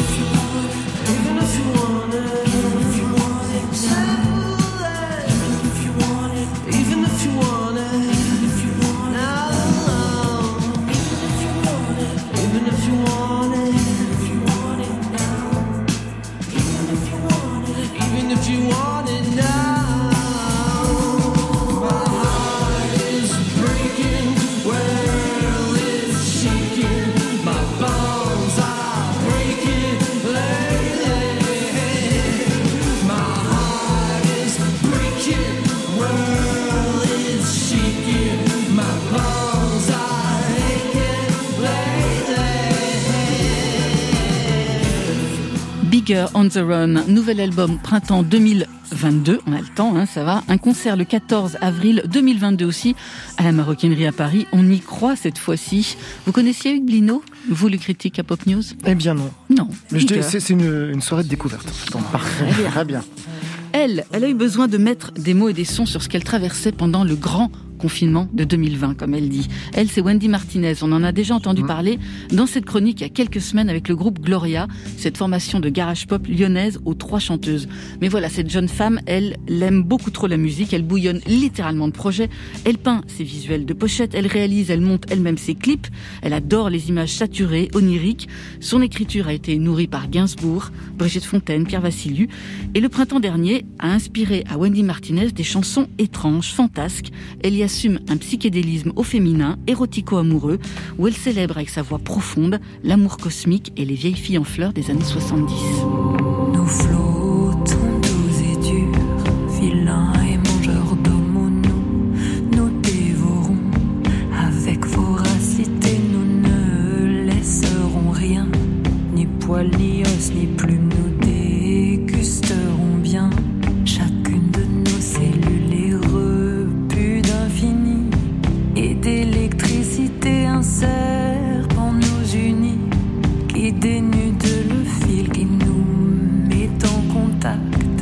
Bigger on the Run, nouvel album printemps 2022, on a le temps, ça va. Un concert le 14 avril 2022 aussi, à la Maroquinerie à Paris. On y croit cette fois-ci. Vous connaissiez Hugues Blino, vous le critique à Pop News? Eh bien non. Non. Mais c'est une soirée de découverte. Parfait, très bien. Elle a eu besoin de mettre des mots et des sons sur ce qu'elle traversait pendant le grand confinement de 2020, comme elle dit. Elle, c'est Wendy Martinez. On en a déjà entendu parler dans cette chronique il y a quelques semaines avec le groupe Gloria, cette formation de garage pop lyonnaise aux 3 chanteuses. Mais voilà, cette jeune femme, elle aime beaucoup trop la musique, elle bouillonne littéralement de projets, elle peint ses visuels de pochette, elle réalise, elle monte elle-même ses clips, elle adore les images saturées, oniriques. Son écriture a été nourrie par Gainsbourg, Brigitte Fontaine, Pierre Vassiliou. Et le printemps dernier a inspiré à Wendy Martinez des chansons étranges, fantasques. Elle y assume un psychédélisme au féminin, érotico-amoureux, où elle célèbre avec sa voix profonde l'amour cosmique et les vieilles filles en fleurs des années 70. Nous flottons doux et durs, vilains et mangeurs d'hommes, nous dévorons avec voracité, nous ne laisserons rien, ni poils, ni os, ni plumes, nous dégusterons bien chacune de nos cellules est repue d'infini et d'électricité, un serpent nous unit qui dénude le fil qui nous met en contact,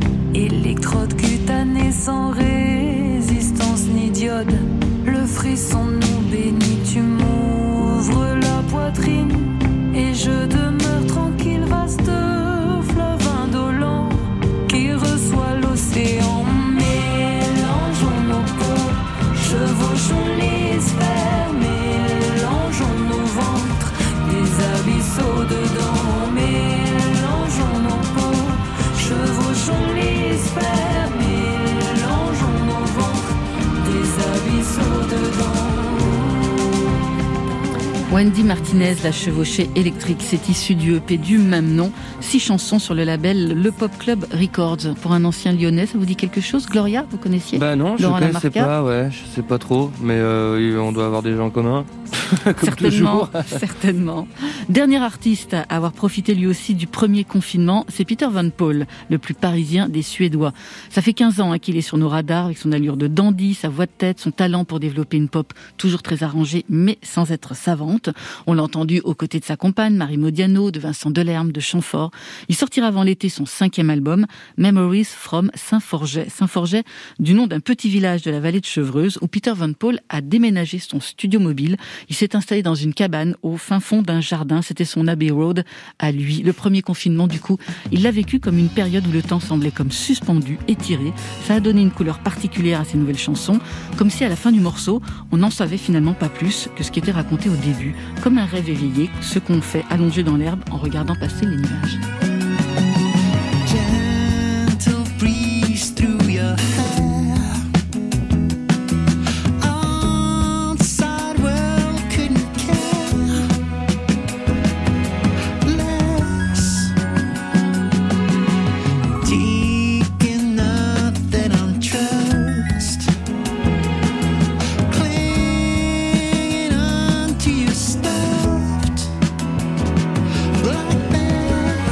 électrode cutanée sans résistance ni diode, le frisson nous bénit, tu m'ouvres la poitrine et je demeure tranquille, vaste fleuve indolent qui reçoit l'océan. Mélangeons nos peaux, chevauchons les sphères, mélangeons nos ventres, des abyssaux dedans. Mélangeons nos peaux, chevauchons les sphères, mélangeons nos ventres, des abyssaux dedans. Wendy Martinez, la chevauchée électrique, c'est issu du EP du même nom. 6 chansons sur le label Le Pop Club Records. Pour un ancien lyonnais, ça vous dit quelque chose? Gloria, vous connaissiez? Non, je Laurent connaissais Lamarca? pas, je sais pas trop, mais on doit avoir des gens en commun. Certainement. Dernier artiste à avoir profité lui aussi du premier confinement, c'est Peter Van Paul, le plus parisien des Suédois. Ça fait 15 ans qu'il est sur nos radars avec son allure de dandy, sa voix de tête, son talent pour développer une pop toujours très arrangée mais sans être savante. forte. On l'a entendu aux côtés de sa compagne, Marie Modiano, de Vincent Delerme, de Chamfort. Il sortira avant l'été son 5e album, Memories from Saint-Forget. Saint-Forget, du nom d'un petit village de la vallée de Chevreuse, où Peter Van Paul a déménagé son studio mobile. Il s'est installé dans une cabane au fin fond d'un jardin. C'était son Abbey Road à lui. Le premier confinement, du coup, il l'a vécu comme une période où le temps semblait comme suspendu, étiré. Ça a donné une couleur particulière à ses nouvelles chansons, comme si à la fin du morceau, on n'en savait finalement pas plus que ce qui était raconté au début, comme un rêve éveillé, ce qu'on fait allongé dans l'herbe en regardant passer les nuages. Gentle breeze through your hair. Outside world couldn't care less. Taking nothing on trust. Clinging on to your stuffed black bear.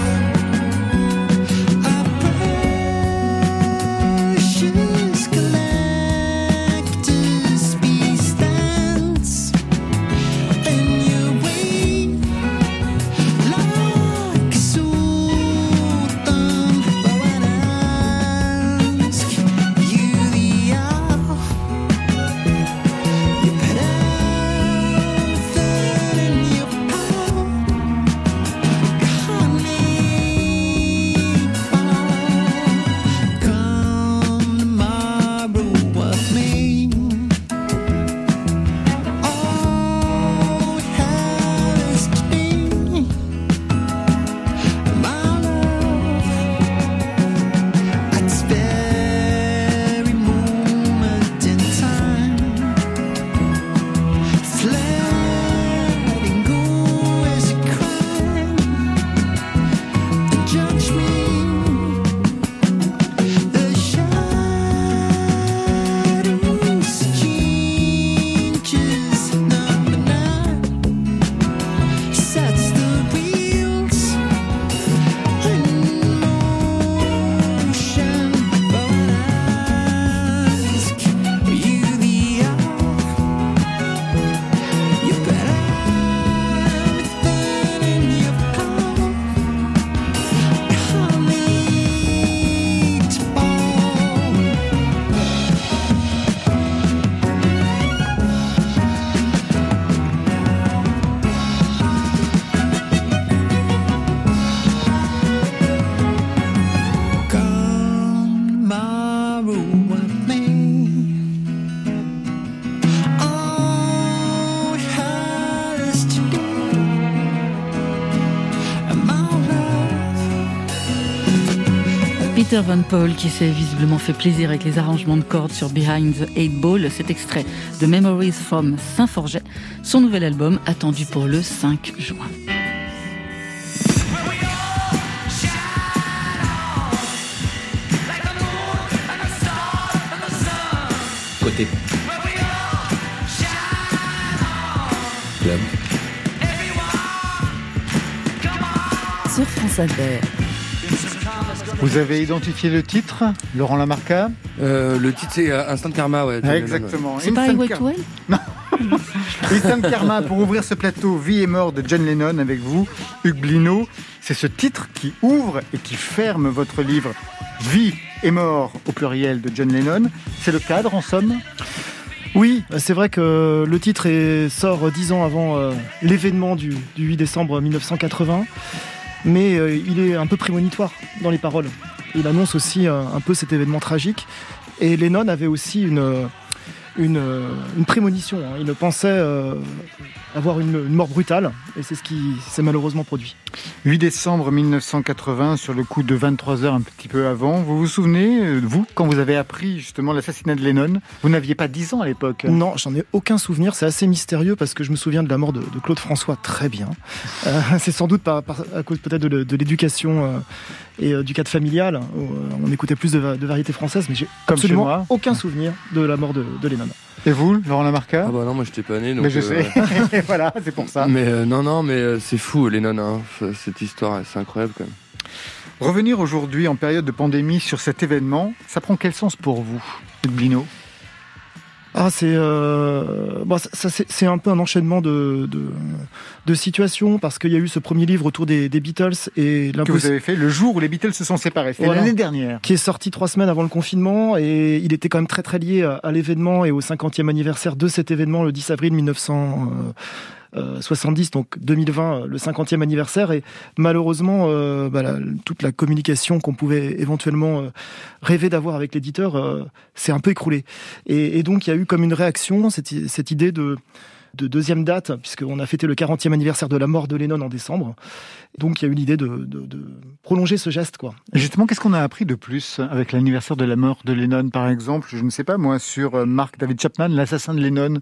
Precious collector's piece dance in your way like a sultan. But when I ask you the hour, you put everything in your power. Come tomorrow with me. All we have is today, my love. At this very moment in time, this letting go is a crime. And judge me. The shadows changes number 9, sets the wheels in motion. But when I ask you the hour, you put everything in your power. I need to fall. Come tomorrow with me. All we had is today, my love. Peter Van Paul qui s'est visiblement fait plaisir avec les arrangements de cordes sur Behind the Eight Ball, cet extrait de Memories from Saint-Forget, son nouvel album attendu pour le 5 juin. Côté club. Sur France Inter. Vous avez identifié le titre, Laurent Lamarca? Le titre c'est Instant Karma, ouais. Exactement. C'est pas Instant Highway Car- to Hell ? Instant Karma, pour ouvrir ce plateau Vie et mort de John Lennon avec vous, Hugues Blino. C'est ce titre qui ouvre et qui ferme votre livre Vie et mort au pluriel de John Lennon. C'est le cadre en somme? Oui, c'est vrai que le titre sort 10 ans avant l'événement du 8 décembre 1980, mais il est un peu prémonitoire dans les paroles. Il annonce aussi un peu cet événement tragique. Et Lennon avait aussi une prémonition. Il pensait avoir une mort brutale, et c'est ce qui s'est malheureusement produit. 8 décembre 1980, sur le coup de 23h, un petit peu avant. Vous vous souvenez, vous, quand vous avez appris justement l'assassinat de Lennon, vous n'aviez pas 10 ans à l'époque? Non, j'en ai aucun souvenir. C'est assez mystérieux parce que je me souviens de la mort de Claude François très bien. C'est sans doute à cause peut-être de l'éducation et du cadre familial. On écoutait plus de variétés françaises, mais j'ai Comme chez absolument moi. aucun souvenir de la mort de Lennon. Et vous, Laurent Lamarca? Ah bah non, moi j'étais pas né. Donc, Mais je sais, voilà, c'est pour ça. Mais non, mais c'est fou, Lennon, hein. Cette histoire, c'est incroyable quand même. Revenir aujourd'hui en période de pandémie sur cet événement, ça prend quel sens pour vous, Hugues Blino? C'est un peu un enchaînement de situations, parce qu'il y a eu ce premier livre autour des Beatles et que vous avez fait le jour où les Beatles se sont séparés. C'était l'année dernière. Qui est sorti 3 semaines avant le confinement, et il était quand même très très lié à l'événement et au 50e anniversaire de cet événement, le 10 avril 1970, donc 2020, le 50e anniversaire, et malheureusement toute la communication qu'on pouvait éventuellement rêver d'avoir avec l'éditeur s'est un peu écroulée, et donc il y a eu comme une réaction cette idée de deuxième date, puisqu'on a fêté le 40e anniversaire de la mort de Lennon en décembre. Donc il y a eu l'idée de prolonger ce geste, quoi. Justement, qu'est-ce qu'on a appris de plus avec l'anniversaire de la mort de Lennon, par exemple, je ne sais pas moi, sur Mark David Chapman, l'assassin de Lennon?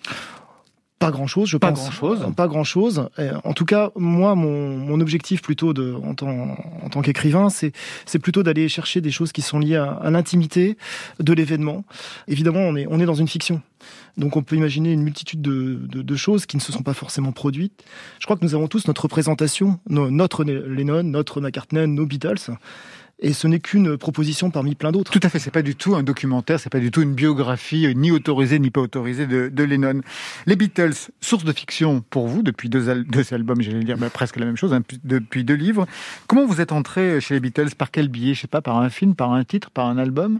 Pas grand-chose, je pense. Pas grand-chose. En tout cas, moi, mon objectif plutôt en tant qu'écrivain, c'est plutôt d'aller chercher des choses qui sont liées à l'intimité de l'événement. Évidemment, on est dans une fiction. Donc on peut imaginer une multitude de choses qui ne se sont pas forcément produites. Je crois que nous avons tous notre représentation, notre Lennon, notre McCartney, nos Beatles. Et ce n'est qu'une proposition parmi plein d'autres. Tout à fait, c'est pas du tout un documentaire, c'est pas du tout une biographie, ni autorisée ni pas autorisée de Lennon. Les Beatles, source de fiction pour vous, depuis deux albums, j'allais dire presque la même chose, depuis 2 livres. Comment vous êtes entré chez les Beatles? Par quel biais? Je sais pas, par un film, par un titre, par un album?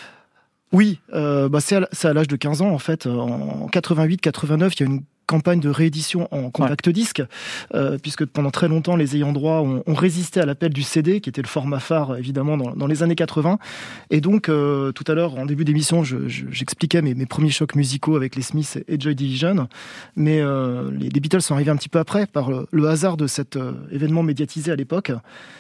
Oui, c'est à l'âge de 15 ans, en fait. En 88-89, il y a une campagne de réédition en compact disque, puisque pendant très longtemps, les ayants droit ont résisté à l'appel du CD, qui était le format phare, évidemment, dans les années 80. Et donc, tout à l'heure, en début d'émission, j'expliquais mes premiers chocs musicaux avec les Smiths et Joy Division. Mais les Beatles sont arrivés un petit peu après, par le hasard de cet événement médiatisé à l'époque.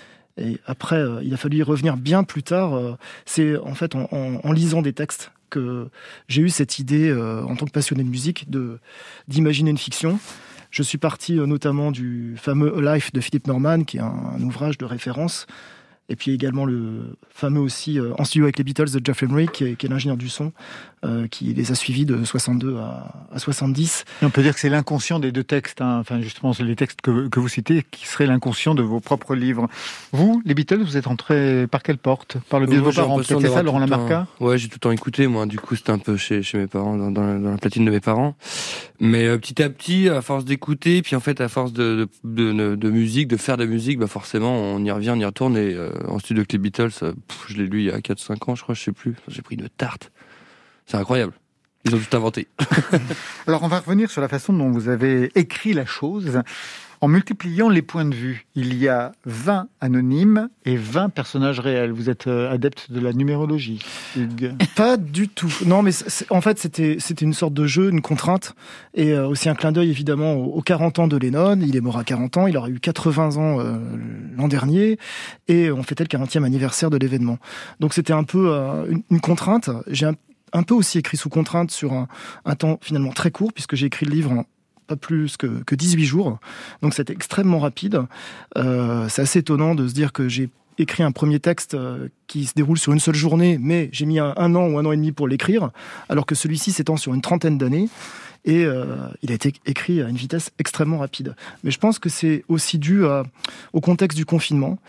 Et après, il a fallu y revenir bien plus tard. C'est en fait en lisant des textes que j'ai eu cette idée, en tant que passionné de musique, d'imaginer une fiction. Je suis parti notamment du fameux A Life de Philip Norman, qui est un ouvrage de référence. Et puis également le fameux aussi En studio avec les Beatles de Geoff Emerick, qui est l'ingénieur du son, qui les a suivis de 62 à 70. Et on peut dire que c'est l'inconscient des 2 textes, hein. Enfin justement c'est les textes que vous citez qui seraient l'inconscient de vos propres livres. Vous, les Beatles, vous êtes entrés par quelle porte? Par le biais de vos parents? Peut-être c'est ça, Laurent Lamarca? Ouais, j'ai tout le temps écouté, moi. Du coup, c'était un peu chez mes parents, dans la platine de mes parents. Mais petit à petit, à force d'écouter, puis en fait à force de musique, de faire de la musique, forcément on y revient, on y retourne. Et en studio avec les Beatles, je l'ai lu il y a 4-5 ans, je crois, je sais plus. J'ai pris une tarte. C'est incroyable. Ils ont tout inventé. Alors on va revenir sur la façon dont vous avez écrit la chose. En multipliant les points de vue, il y a 20 anonymes et 20 personnages réels. Vous êtes adepte de la numérologie, Hugues? Pas du tout. Non, mais en fait, c'était une sorte de jeu, une contrainte, et aussi un clin d'œil évidemment aux 40 ans de Lennon. Il est mort à 40 ans, il aurait eu 80 ans l'an dernier, et on fêtait le 40e anniversaire de l'événement. Donc c'était un peu une contrainte. J'ai un peu aussi écrit sous contrainte sur un temps finalement très court, puisque j'ai écrit le livre en pas plus que 18 jours. Donc c'était extrêmement rapide. C'est assez étonnant de se dire que j'ai écrit un premier texte qui se déroule sur une seule journée, mais j'ai mis un an ou 1 an et demi pour l'écrire, alors que celui-ci s'étend sur une 30aine d'années. Et il a été écrit à une vitesse extrêmement rapide. Mais je pense que c'est aussi dû au contexte du confinement,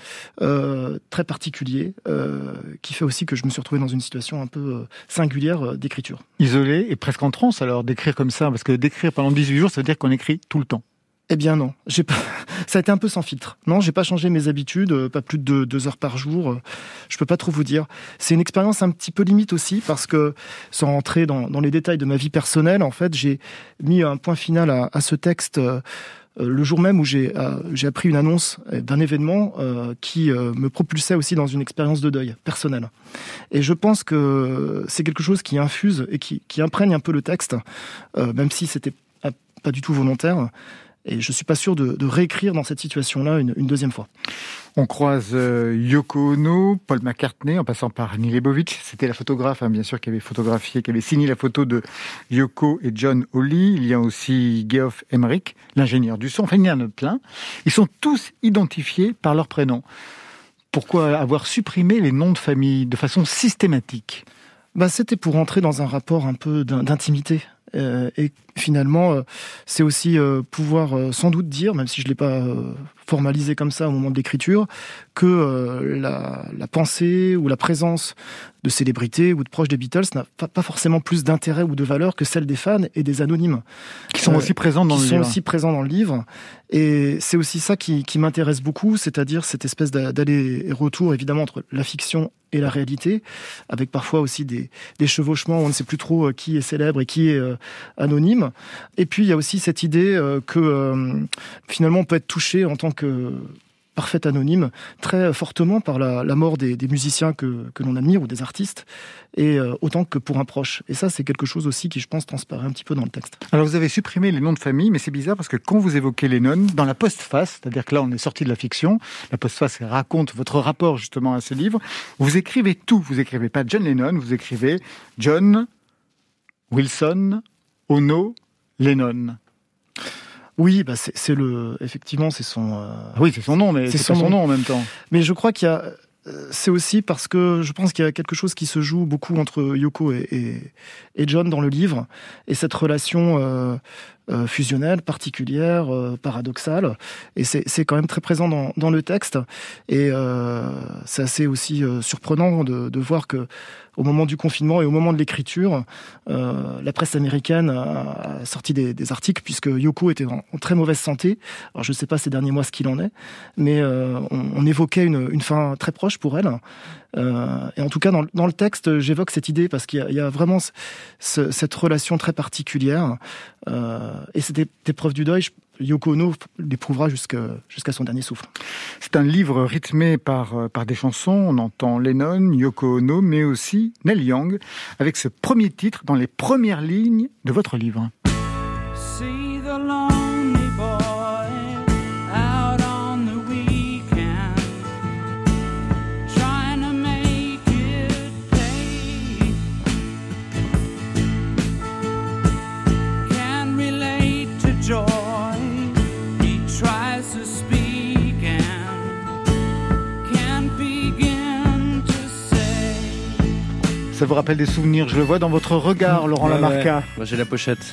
très particulier, qui fait aussi que je me suis retrouvé dans une situation un peu singulière d'écriture. Isolé et presque en transe alors, d'écrire comme ça, parce que d'écrire pendant 18 jours, ça veut dire qu'on écrit tout le temps. Eh bien non, ça a été un peu sans filtre. Non, j'ai pas changé mes habitudes, pas plus de 2 heures par jour. Je peux pas trop vous dire. C'est une expérience un petit peu limite aussi, parce que sans rentrer dans les détails de ma vie personnelle, en fait, j'ai mis un point final à ce texte le jour même où j'ai appris une annonce d'un événement qui me propulsait aussi dans une expérience de deuil personnelle. Et je pense que c'est quelque chose qui infuse et qui imprègne un peu le texte, même si c'était pas du tout volontaire. Et je suis pas sûr de réécrire dans cette situation-là une deuxième fois. On croise Yoko Ono, Paul McCartney, en passant par Annie Leibovitz. C'était la photographe, bien sûr, qui avait photographié, qui avait signé la photo de Yoko et John Hawley. Il y a aussi Geoff Emerick, l'ingénieur du son. Enfin, il y en a plein. Ils sont tous identifiés par leur prénom. Pourquoi avoir supprimé les noms de famille de façon systématique ? C'était pour entrer dans un rapport un peu d'intimité. Et finalement, c'est aussi pouvoir sans doute dire, même si je ne l'ai pas formalisé comme ça au moment de l'écriture, que la pensée ou la présence de célébrités ou de proches des Beatles n'a pas forcément plus d'intérêt ou de valeur que celle des fans et des anonymes. Qui sont aussi présents dans le livre. Qui sont aussi présents dans le livre. Et c'est aussi ça qui m'intéresse beaucoup, c'est-à-dire cette espèce d'aller et retour, évidemment, entre la fiction et la réalité, avec parfois aussi des chevauchements où on ne sait plus trop qui est célèbre et qui est anonyme. Et puis, il y a aussi cette idée que finalement, on peut être touché en tant que parfait anonyme très fortement par la mort des musiciens que l'on admire ou des artistes, et autant que pour un proche. Et ça, c'est quelque chose aussi qui, je pense, transparaît un petit peu dans le texte. Alors, vous avez supprimé les noms de famille, mais c'est bizarre parce que quand vous évoquez Lennon, dans la postface, c'est-à-dire que là, on est sorti de la fiction, la postface raconte votre rapport justement à ce livre, vous écrivez tout. Vous écrivez pas John Lennon, vous écrivez John, Wilson, Ono, Lennon. Oui, bah effectivement, c'est son. Oui, c'est son nom, mais c'est pas son nom en même temps. Mais je crois qu'il y a. C'est aussi parce que je pense qu'il y a quelque chose qui se joue beaucoup entre Yoko et John dans le livre, et cette relation fusionnelle, particulière, paradoxale, et c'est quand même très présent dans le texte, et c'est assez aussi surprenant de voir que au moment du confinement et au moment de l'écriture, la presse américaine a sorti des articles puisque Yoko était en très mauvaise santé. Alors je ne sais pas ces derniers mois ce qu'il en est, mais on évoquait une fin très proche pour elle. Et en tout cas, dans le texte, j'évoque cette idée parce qu'il y a vraiment cette relation très particulière. Et cette épreuve du deuil, Yoko Ono l'éprouvera jusqu'à son dernier souffle. C'est un livre rythmé par des chansons. On entend Lennon, Yoko Ono, mais aussi Neil Young, avec ce premier titre dans les premières lignes de votre livre. See the lonely boy out on the weekend, trying to make it pay. Can relate to joy. He tries to speak and can't begin to say. Ça vous rappelle des souvenirs, je le vois dans votre regard, Laurent Lamarca. Ouais. Moi, j'ai la pochette.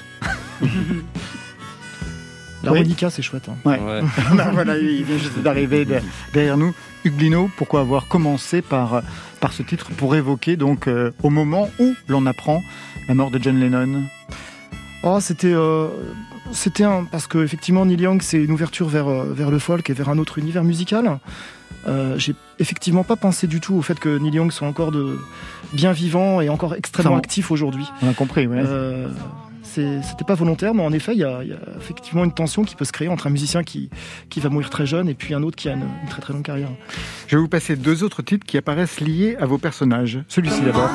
L'harmonica, c'est chouette. Hein. Ouais. Voilà, il vient juste d'arriver derrière nous. Hugues Lino, pourquoi avoir commencé par ce titre pour évoquer donc au moment où l'on apprend la mort de John Lennon? C'était parce que effectivement Neil Young, c'est une ouverture vers le folk et vers un autre univers musical. J'ai effectivement pas pensé du tout au fait que Neil Young soit encore bien vivant et encore extrêmement actif aujourd'hui. On a compris, ouais. C'était pas volontaire, mais en effet, il y a effectivement une tension qui peut se créer entre un musicien qui va mourir très jeune et puis un autre qui a une très très longue carrière. Je vais vous passer deux autres titres qui apparaissent liés à vos personnages. Celui-ci d'abord.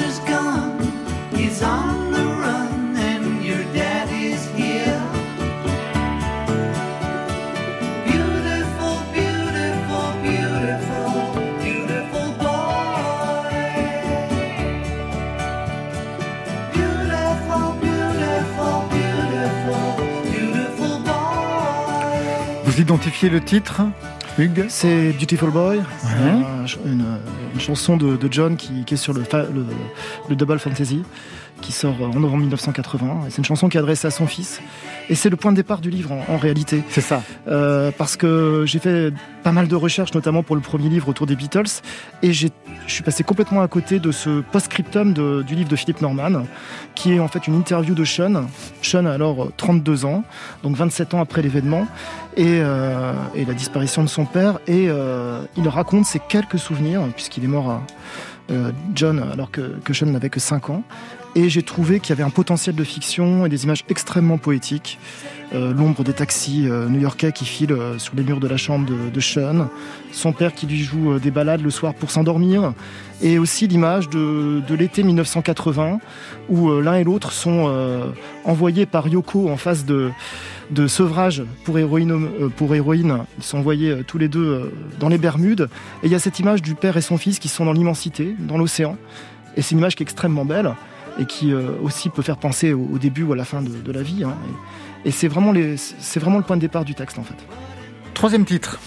Vous identifiez le titre, Hugues? C'est Beautiful Boy, une chanson de John qui est sur le Double Fantasy, qui sort en novembre 1980. Et c'est une chanson qui est adressée à son fils. Et c'est le point de départ du livre, en réalité. C'est ça. Parce que j'ai fait pas mal de recherches, notamment pour le premier livre autour des Beatles. Et je suis passé complètement à côté de ce post-scriptum du livre de Philip Norman, qui est en fait une interview de Sean. Sean a alors 32 ans, donc 27 ans après l'événement, et la disparition de son père. Et il raconte ses quelques souvenirs, puisqu'il est mort John, alors que Sean n'avait que 5 ans. Et j'ai trouvé qu'il y avait un potentiel de fiction et des images extrêmement poétiques. L'ombre des taxis new-yorkais qui filent sur les murs de la chambre de Sean. Son père qui lui joue des ballades le soir pour s'endormir. Et aussi l'image de l'été 1980 où l'un et l'autre sont envoyés par Yoko en phase de sevrage pour héroïne. Ils sont envoyés tous les deux dans les Bermudes. Et il y a cette image du père et son fils qui sont dans l'immensité, dans l'océan. Et c'est une image qui est extrêmement belle et qui aussi peut faire penser au début ou à la fin de la vie. Hein. Et c'est vraiment le point de départ du texte, en fait. Troisième titre.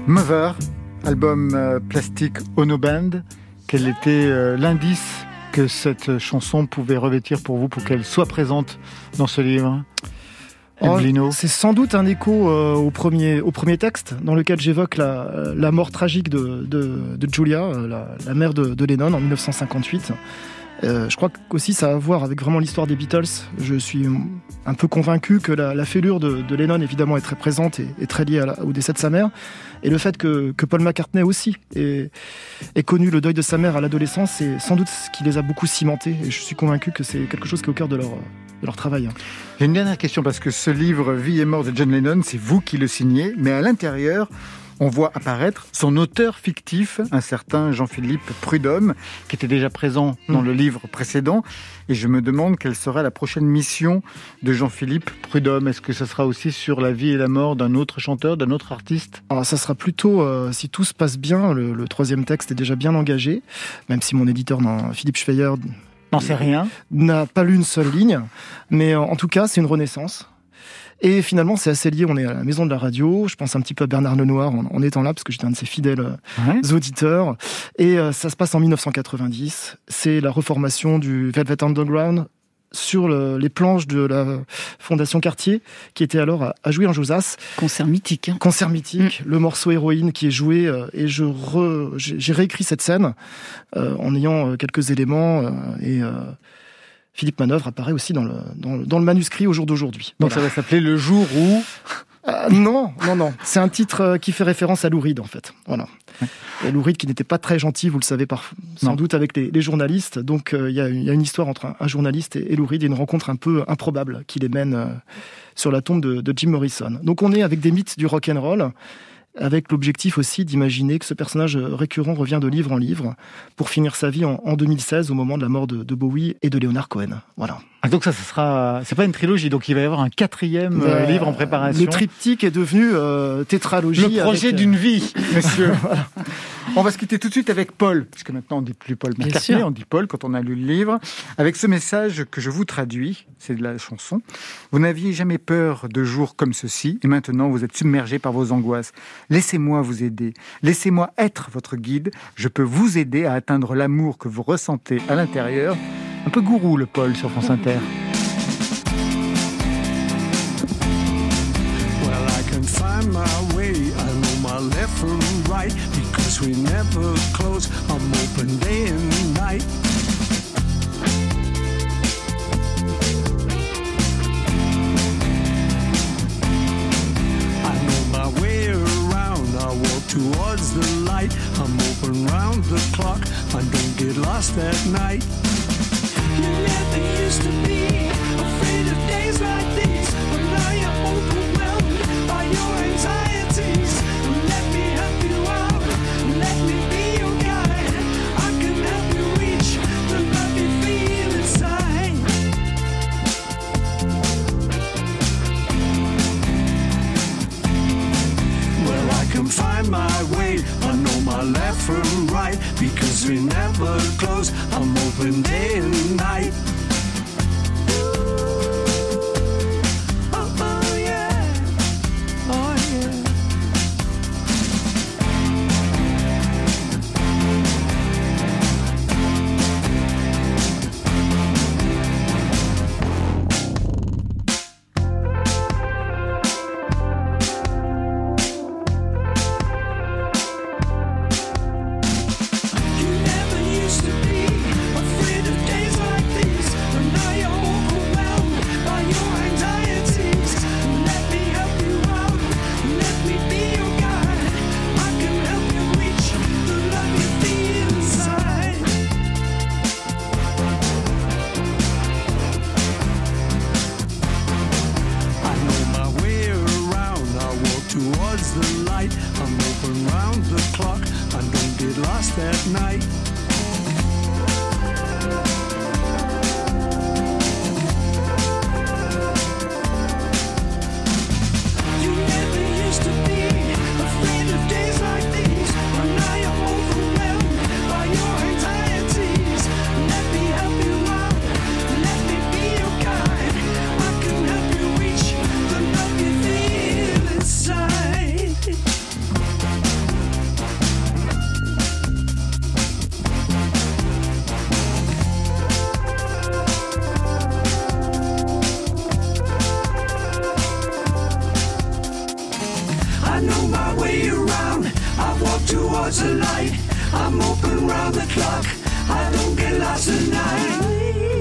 Mother, album Plastic Ono Band. Quel était l'indice que cette chanson pouvait revêtir pour vous pour qu'elle soit présente dans ce livre ? C'est sans doute un écho au premier texte dans lequel j'évoque la mort tragique de Julia, la mère de Lennon en 1958. Je crois qu'aussi ça a à voir avec vraiment l'histoire des Beatles. Je suis un peu convaincu que la fêlure de Lennon évidemment est très présente et très liée au décès de sa mère. Et le fait que Paul McCartney aussi ait connu le deuil de sa mère à l'adolescence, c'est sans doute ce qui les a beaucoup cimentés. Et je suis convaincu que c'est quelque chose qui est au cœur de leur travail. J'ai une dernière question parce que ce livre Vie et mort de John Lennon, c'est vous qui le signez, mais à l'intérieur, on voit apparaître son auteur fictif, un certain Jean-Philippe Prudhomme, qui était déjà présent dans le livre précédent. Et je me demande quelle sera la prochaine mission de Jean-Philippe Prudhomme. Est-ce que ça sera aussi sur la vie et la mort d'un autre chanteur, d'un autre artiste ? Alors ça sera plutôt, si tout se passe bien, le troisième texte est déjà bien engagé, même si mon éditeur, Philippe Schweyer, n'en sait rien, n'a pas lu une seule ligne. Mais en tout cas, c'est une renaissance. Et finalement, c'est assez lié. On est à la maison de la radio. Je pense un petit peu à Bernard Lenoir en étant là, parce que j'étais un de ses fidèles auditeurs. Et ça se passe en 1990. C'est la reformation du Velvet Underground sur les planches de la Fondation Cartier, qui était alors à Jouy-en-Josas. Concert mythique. Concert mythique. Le morceau Héroïne qui est joué. Et j'ai réécrit cette scène en ayant quelques éléments. Philippe Manœuvre apparaît aussi dans le manuscrit au jour d'aujourd'hui. Donc ça va s'appeler Le jour où... Non. C'est un titre qui fait référence à Lou Reed, en fait. Voilà. Et Lou Reed qui n'était pas très gentil, vous le savez sans doute, avec les journalistes. Donc il y a une histoire entre un journaliste et Lou Reed, et une rencontre un peu improbable qui les mène sur la tombe de Jim Morrison. Donc on est avec des mythes du rock'n'roll, avec l'objectif aussi d'imaginer que ce personnage récurrent revient de livre en livre pour finir sa vie en 2016 au moment de la mort de Bowie et de Leonard Cohen. Voilà. Ah, donc ça sera... C'est pas une trilogie, donc il va y avoir un 4e livre en préparation. Le triptyque est devenu tétralogie. Le projet d'une vie, monsieur. Voilà. On va se quitter tout de suite avec Paul, puisque maintenant on ne dit plus Paul McCartney, on dit Paul quand on a lu le livre, avec ce message que je vous traduis, c'est de la chanson. Vous n'aviez jamais peur de jours comme ceci, et maintenant vous êtes submergé par vos angoisses. Laissez-moi vous aider, laissez-moi être votre guide, je peux vous aider à atteindre l'amour que vous ressentez à l'intérieur. Un peu gourou le Paul sur France Inter. Well, I can find my way, I know my left from right, because we never close, I'm open day and night. I know my way around, I walk towards the light, I'm open round the clock, I don't get lost at night. You never used to be afraid of days like these, but now you're overwhelmed by your anxieties. Let me help you out, let me be your guide. I can help you reach the love you feel inside. Well, I can find my way, I know my left from right, because we never close, I'm open day and night. Oh yeah, oh yeah. clock. I don't get lost at night.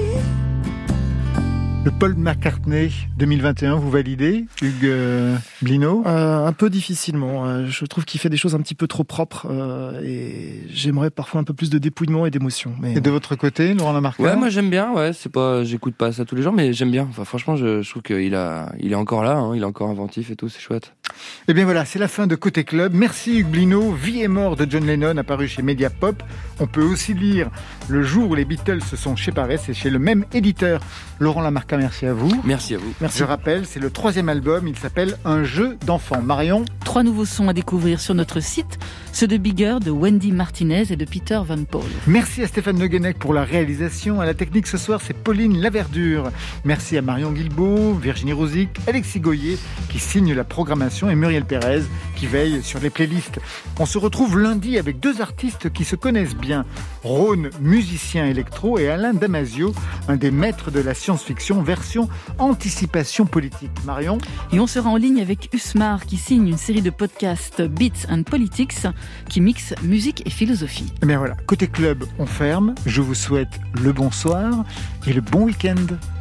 Le Paul McCartney 2021, vous validez, Hugues Blino? Un peu difficilement. Je trouve qu'il fait des choses un petit peu trop propres et j'aimerais parfois un peu plus de dépouillement et d'émotion. Mais... Et de votre côté, Laurent Lamarca? Ouais, moi j'aime bien. Ouais, c'est pas, j'écoute pas ça tous les jours, mais j'aime bien. Enfin, franchement, je trouve qu'il est encore là. Hein, il est encore inventif et tout. C'est chouette. Eh bien voilà, c'est la fin de Côté Club. Merci Hugues Blino. Vie et mort de John Lennon, apparu chez Mediapop. On peut aussi lire Le jour où les Beatles se sont séparés, c'est chez le même éditeur. Laurent Lamarca, merci à vous. Merci à vous. Je rappelle, c'est le 3e album, il s'appelle Un jeu d'enfant. Marion? 3 nouveaux sons à découvrir sur notre site, ceux de Bigger, de Wendy Martinez et de Peter Van Paul. Merci à Stéphane Le Guenec pour la réalisation. À la technique ce soir, c'est Pauline Laverdure. Merci à Marion Guilbault, Virginie Rosic, Alexis Goyer qui signe la programmation et Muriel Pérez qui veille sur les playlists. On se retrouve lundi avec 2 artistes qui se connaissent bien. Rhône, musicien électro, et Alain Damasio, un des maîtres de la science-fiction version anticipation politique. Marion? Et on sera en ligne avec Usmar qui signe une série de podcasts Beats and Politics qui mixe musique et philosophie. Et bien voilà, Côté Club, on ferme. Je vous souhaite le bonsoir et le bon week-end.